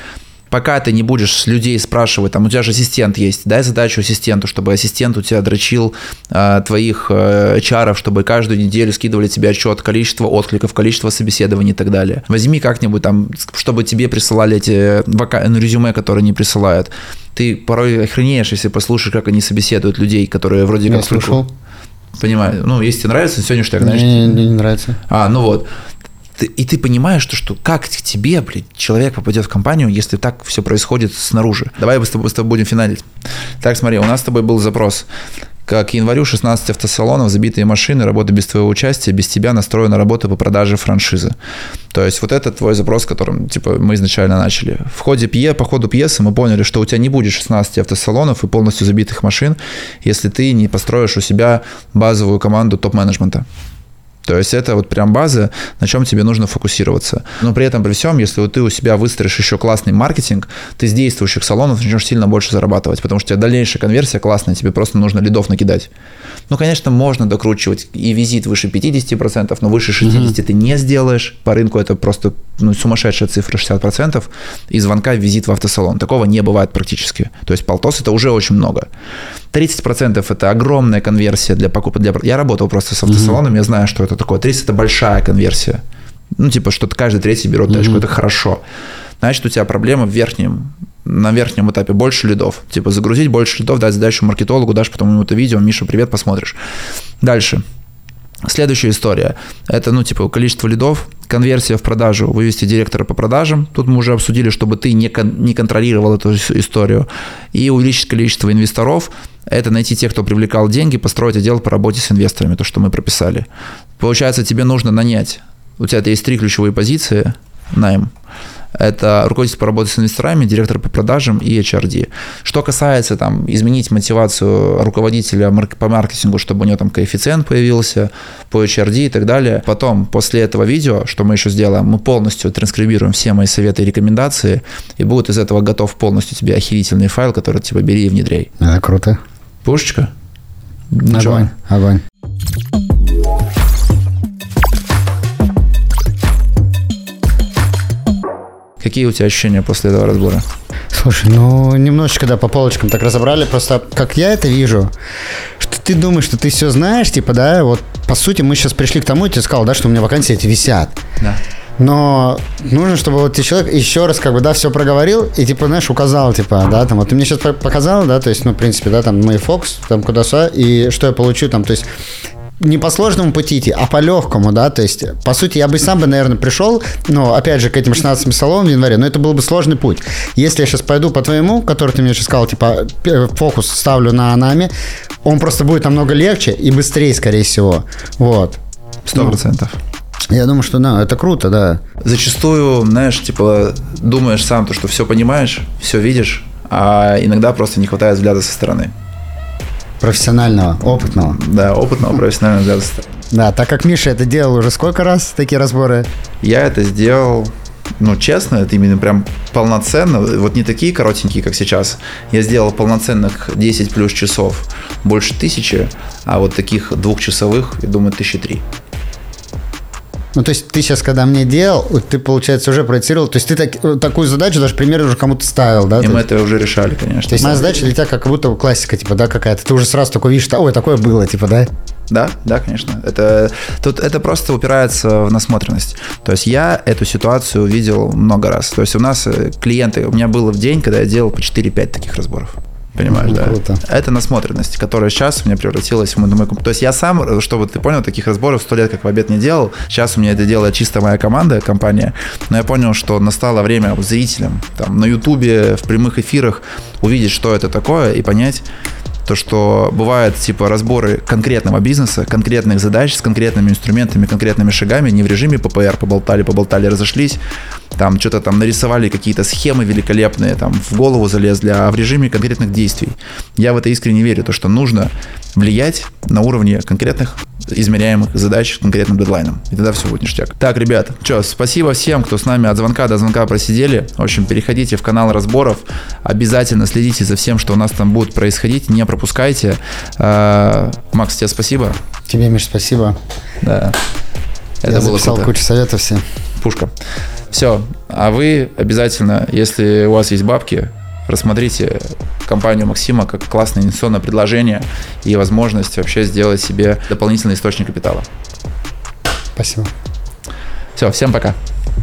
пока ты не будешь людей спрашивать, там у тебя же ассистент есть, дай задачу ассистенту, чтобы ассистент у тебя дрочил э, твоих э, эйч ар, чтобы каждую неделю скидывали тебе отчет, количество откликов, количество собеседований и так далее. Возьми как-нибудь там, чтобы тебе присылали эти вака... ну, резюме, которые не присылают. Ты порой охренеешь, если послушаешь, как они собеседуют людей, которые вроде Я как... слушал. Понимаю. Ну, если тебе нравится, сегодня что, знаешь... Мне не, не нравится. А, ну вот. И ты понимаешь, что, что как к тебе, блядь, человек попадет в компанию, если так все происходит снаружи. Давай мы с тобой, с тобой будем финалить. Так, смотри, у нас с тобой был запрос. К январю шестнадцать автосалонов, забитые машины, работа без твоего участия, без тебя настроена работа по продаже франшизы. То есть вот это твой запрос, которым типа, мы изначально начали. В ходе пье, по ходу пьесы мы поняли, что у тебя не будет шестнадцать автосалонов и полностью забитых машин, если ты не построишь у себя базовую команду топ-менеджмента. То есть это вот прям база, на чем тебе нужно фокусироваться. Но при этом, при всем, если вот ты у себя выстроишь еще классный маркетинг, ты с действующих салонов начнешь сильно больше зарабатывать, потому что у тебя дальнейшая конверсия классная, тебе просто нужно лидов накидать. Ну, конечно, можно докручивать и визит выше пятьдесят процентов, но выше шестьдесят процентов mm-hmm. ты не сделаешь. По рынку это просто ну, сумасшедшая цифра шестьдесят процентов и звонка в визит в автосалон. Такого не бывает практически. То есть полтос – это уже очень много. тридцать процентов – это огромная конверсия для покупки. Для... Я работал просто с автосалоном, mm-hmm. я знаю, что это такое. тридцать – это большая конверсия. Ну, типа, что каждый третий берет тачку, mm-hmm. это хорошо. Значит, у тебя проблема в верхнем, на верхнем этапе больше лидов. Типа, загрузить больше лидов, дать задачу маркетологу, дашь потом ему это видео, Миша, привет, посмотришь. Дальше. Следующая история. Это, ну, типа, количество лидов, конверсия в продажу, вывести директора по продажам. Тут мы уже обсудили, чтобы ты не, кон- не контролировал эту историю. И увеличить количество инвесторов. Это найти тех, кто привлекал деньги, построить отдел по работе с инвесторами, то, что мы прописали. Получается, тебе нужно нанять. У тебя есть три ключевые позиции, найм. Это руководитель по работе с инвесторами, директор по продажам и эйч ар ди. Что касается там, изменить мотивацию руководителя по маркетингу, чтобы у него там коэффициент появился, по эйч ар ди и так далее. Потом, после этого видео, что мы еще сделаем, мы полностью транскрибируем все мои советы и рекомендации, и будет из этого готов полностью тебе охерительный файл, который типа бери и внедряй. Это круто. Пушечка? Огонь, огонь. Какие у тебя ощущения после этого разбора? Слушай, ну, немножечко, да, по полочкам так разобрали. Просто, как я это вижу, что ты думаешь, что ты все знаешь, типа, да, вот, по сути, мы сейчас пришли к тому, и ты сказал, да, что у меня вакансии эти висят. Да. Но нужно, чтобы вот тебе человек еще раз, как бы, да, все проговорил и, типа, знаешь, указал, типа, да, там, вот ты мне сейчас показал, да, то есть, ну, в принципе, да, там, мой фокус, там, куда-сюда, и что я получу, там, то есть, не по сложному пути идти, а по легкому, да, то есть, по сути, я бы сам бы, наверное, пришел, но, опять же, к этим шестнадцати салонам в январе, но это был бы сложный путь. Если я сейчас пойду по твоему, который ты мне сейчас сказал, типа, фокус ставлю на Анаме, он просто будет намного легче и быстрее, скорее всего, вот. Сто процентов. Я думаю, что да, это круто, да. Зачастую, знаешь, типа, думаешь сам, то, что все понимаешь, все видишь, а иногда просто не хватает взгляда со стороны. Профессионального, опытного. Да, опытного, профессионального взгляда со стороны. Да, так как Миша это делал уже сколько раз, такие разборы? Я это сделал, ну, честно, это именно прям полноценно, вот не такие коротенькие, как сейчас. Я сделал полноценных десять плюс часов, больше тысячи, а вот таких двухчасовых, я думаю, тысячи три. Ну, то есть ты сейчас, когда мне делал, ты, получается, уже проектировал, то есть ты так, такую задачу даже примерно уже кому-то ставил, да? И мы есть, это уже решали, конечно. То есть моя задача для тебя как будто классика, типа, да, какая-то. Ты уже сразу такой видишь, ой, такое было, типа, да? Да, да, конечно. Это, тут это просто упирается в насмотренность. То есть я эту ситуацию видел много раз. То есть у нас клиенты, у меня было в день, когда я делал по четыре-пять таких разборов. Понимаешь, ну, да? Круто. Это насмотренность, которая сейчас у меня превратилась в мой... То есть я сам, чтобы ты понял, таких разборов сто лет как в обед не делал. Сейчас у меня это делает чисто моя команда, компания. Но я понял, что настало время зрителям там, на Ютубе, в прямых эфирах увидеть, что это такое, и понять, то, что бывают типа разборы конкретного бизнеса, конкретных задач с конкретными инструментами, конкретными шагами, не в режиме пэ пэ эр, поболтали, поболтали, разошлись, там что-то там нарисовали, какие-то схемы великолепные, там в голову залезли, а в режиме конкретных действий. Я в это искренне верю, то, что нужно влиять на уровне конкретных измеряемых задач с конкретным дедлайном. И тогда все будет ништяк. Так, ребят, что, спасибо всем, кто с нами от звонка до звонка просидели. В общем, переходите в канал разборов. Обязательно следите за всем, что у нас там будет происходить. Не пропускайте. Макс, тебе спасибо. Тебе, Миш, спасибо. Да. Это Я было записал круто. кучу советов все. Пушка. Все. А вы обязательно, если у вас есть бабки, рассмотрите компанию Максима как классное инвестиционное предложение и возможность вообще сделать себе дополнительный источник капитала. Спасибо. Все, всем пока.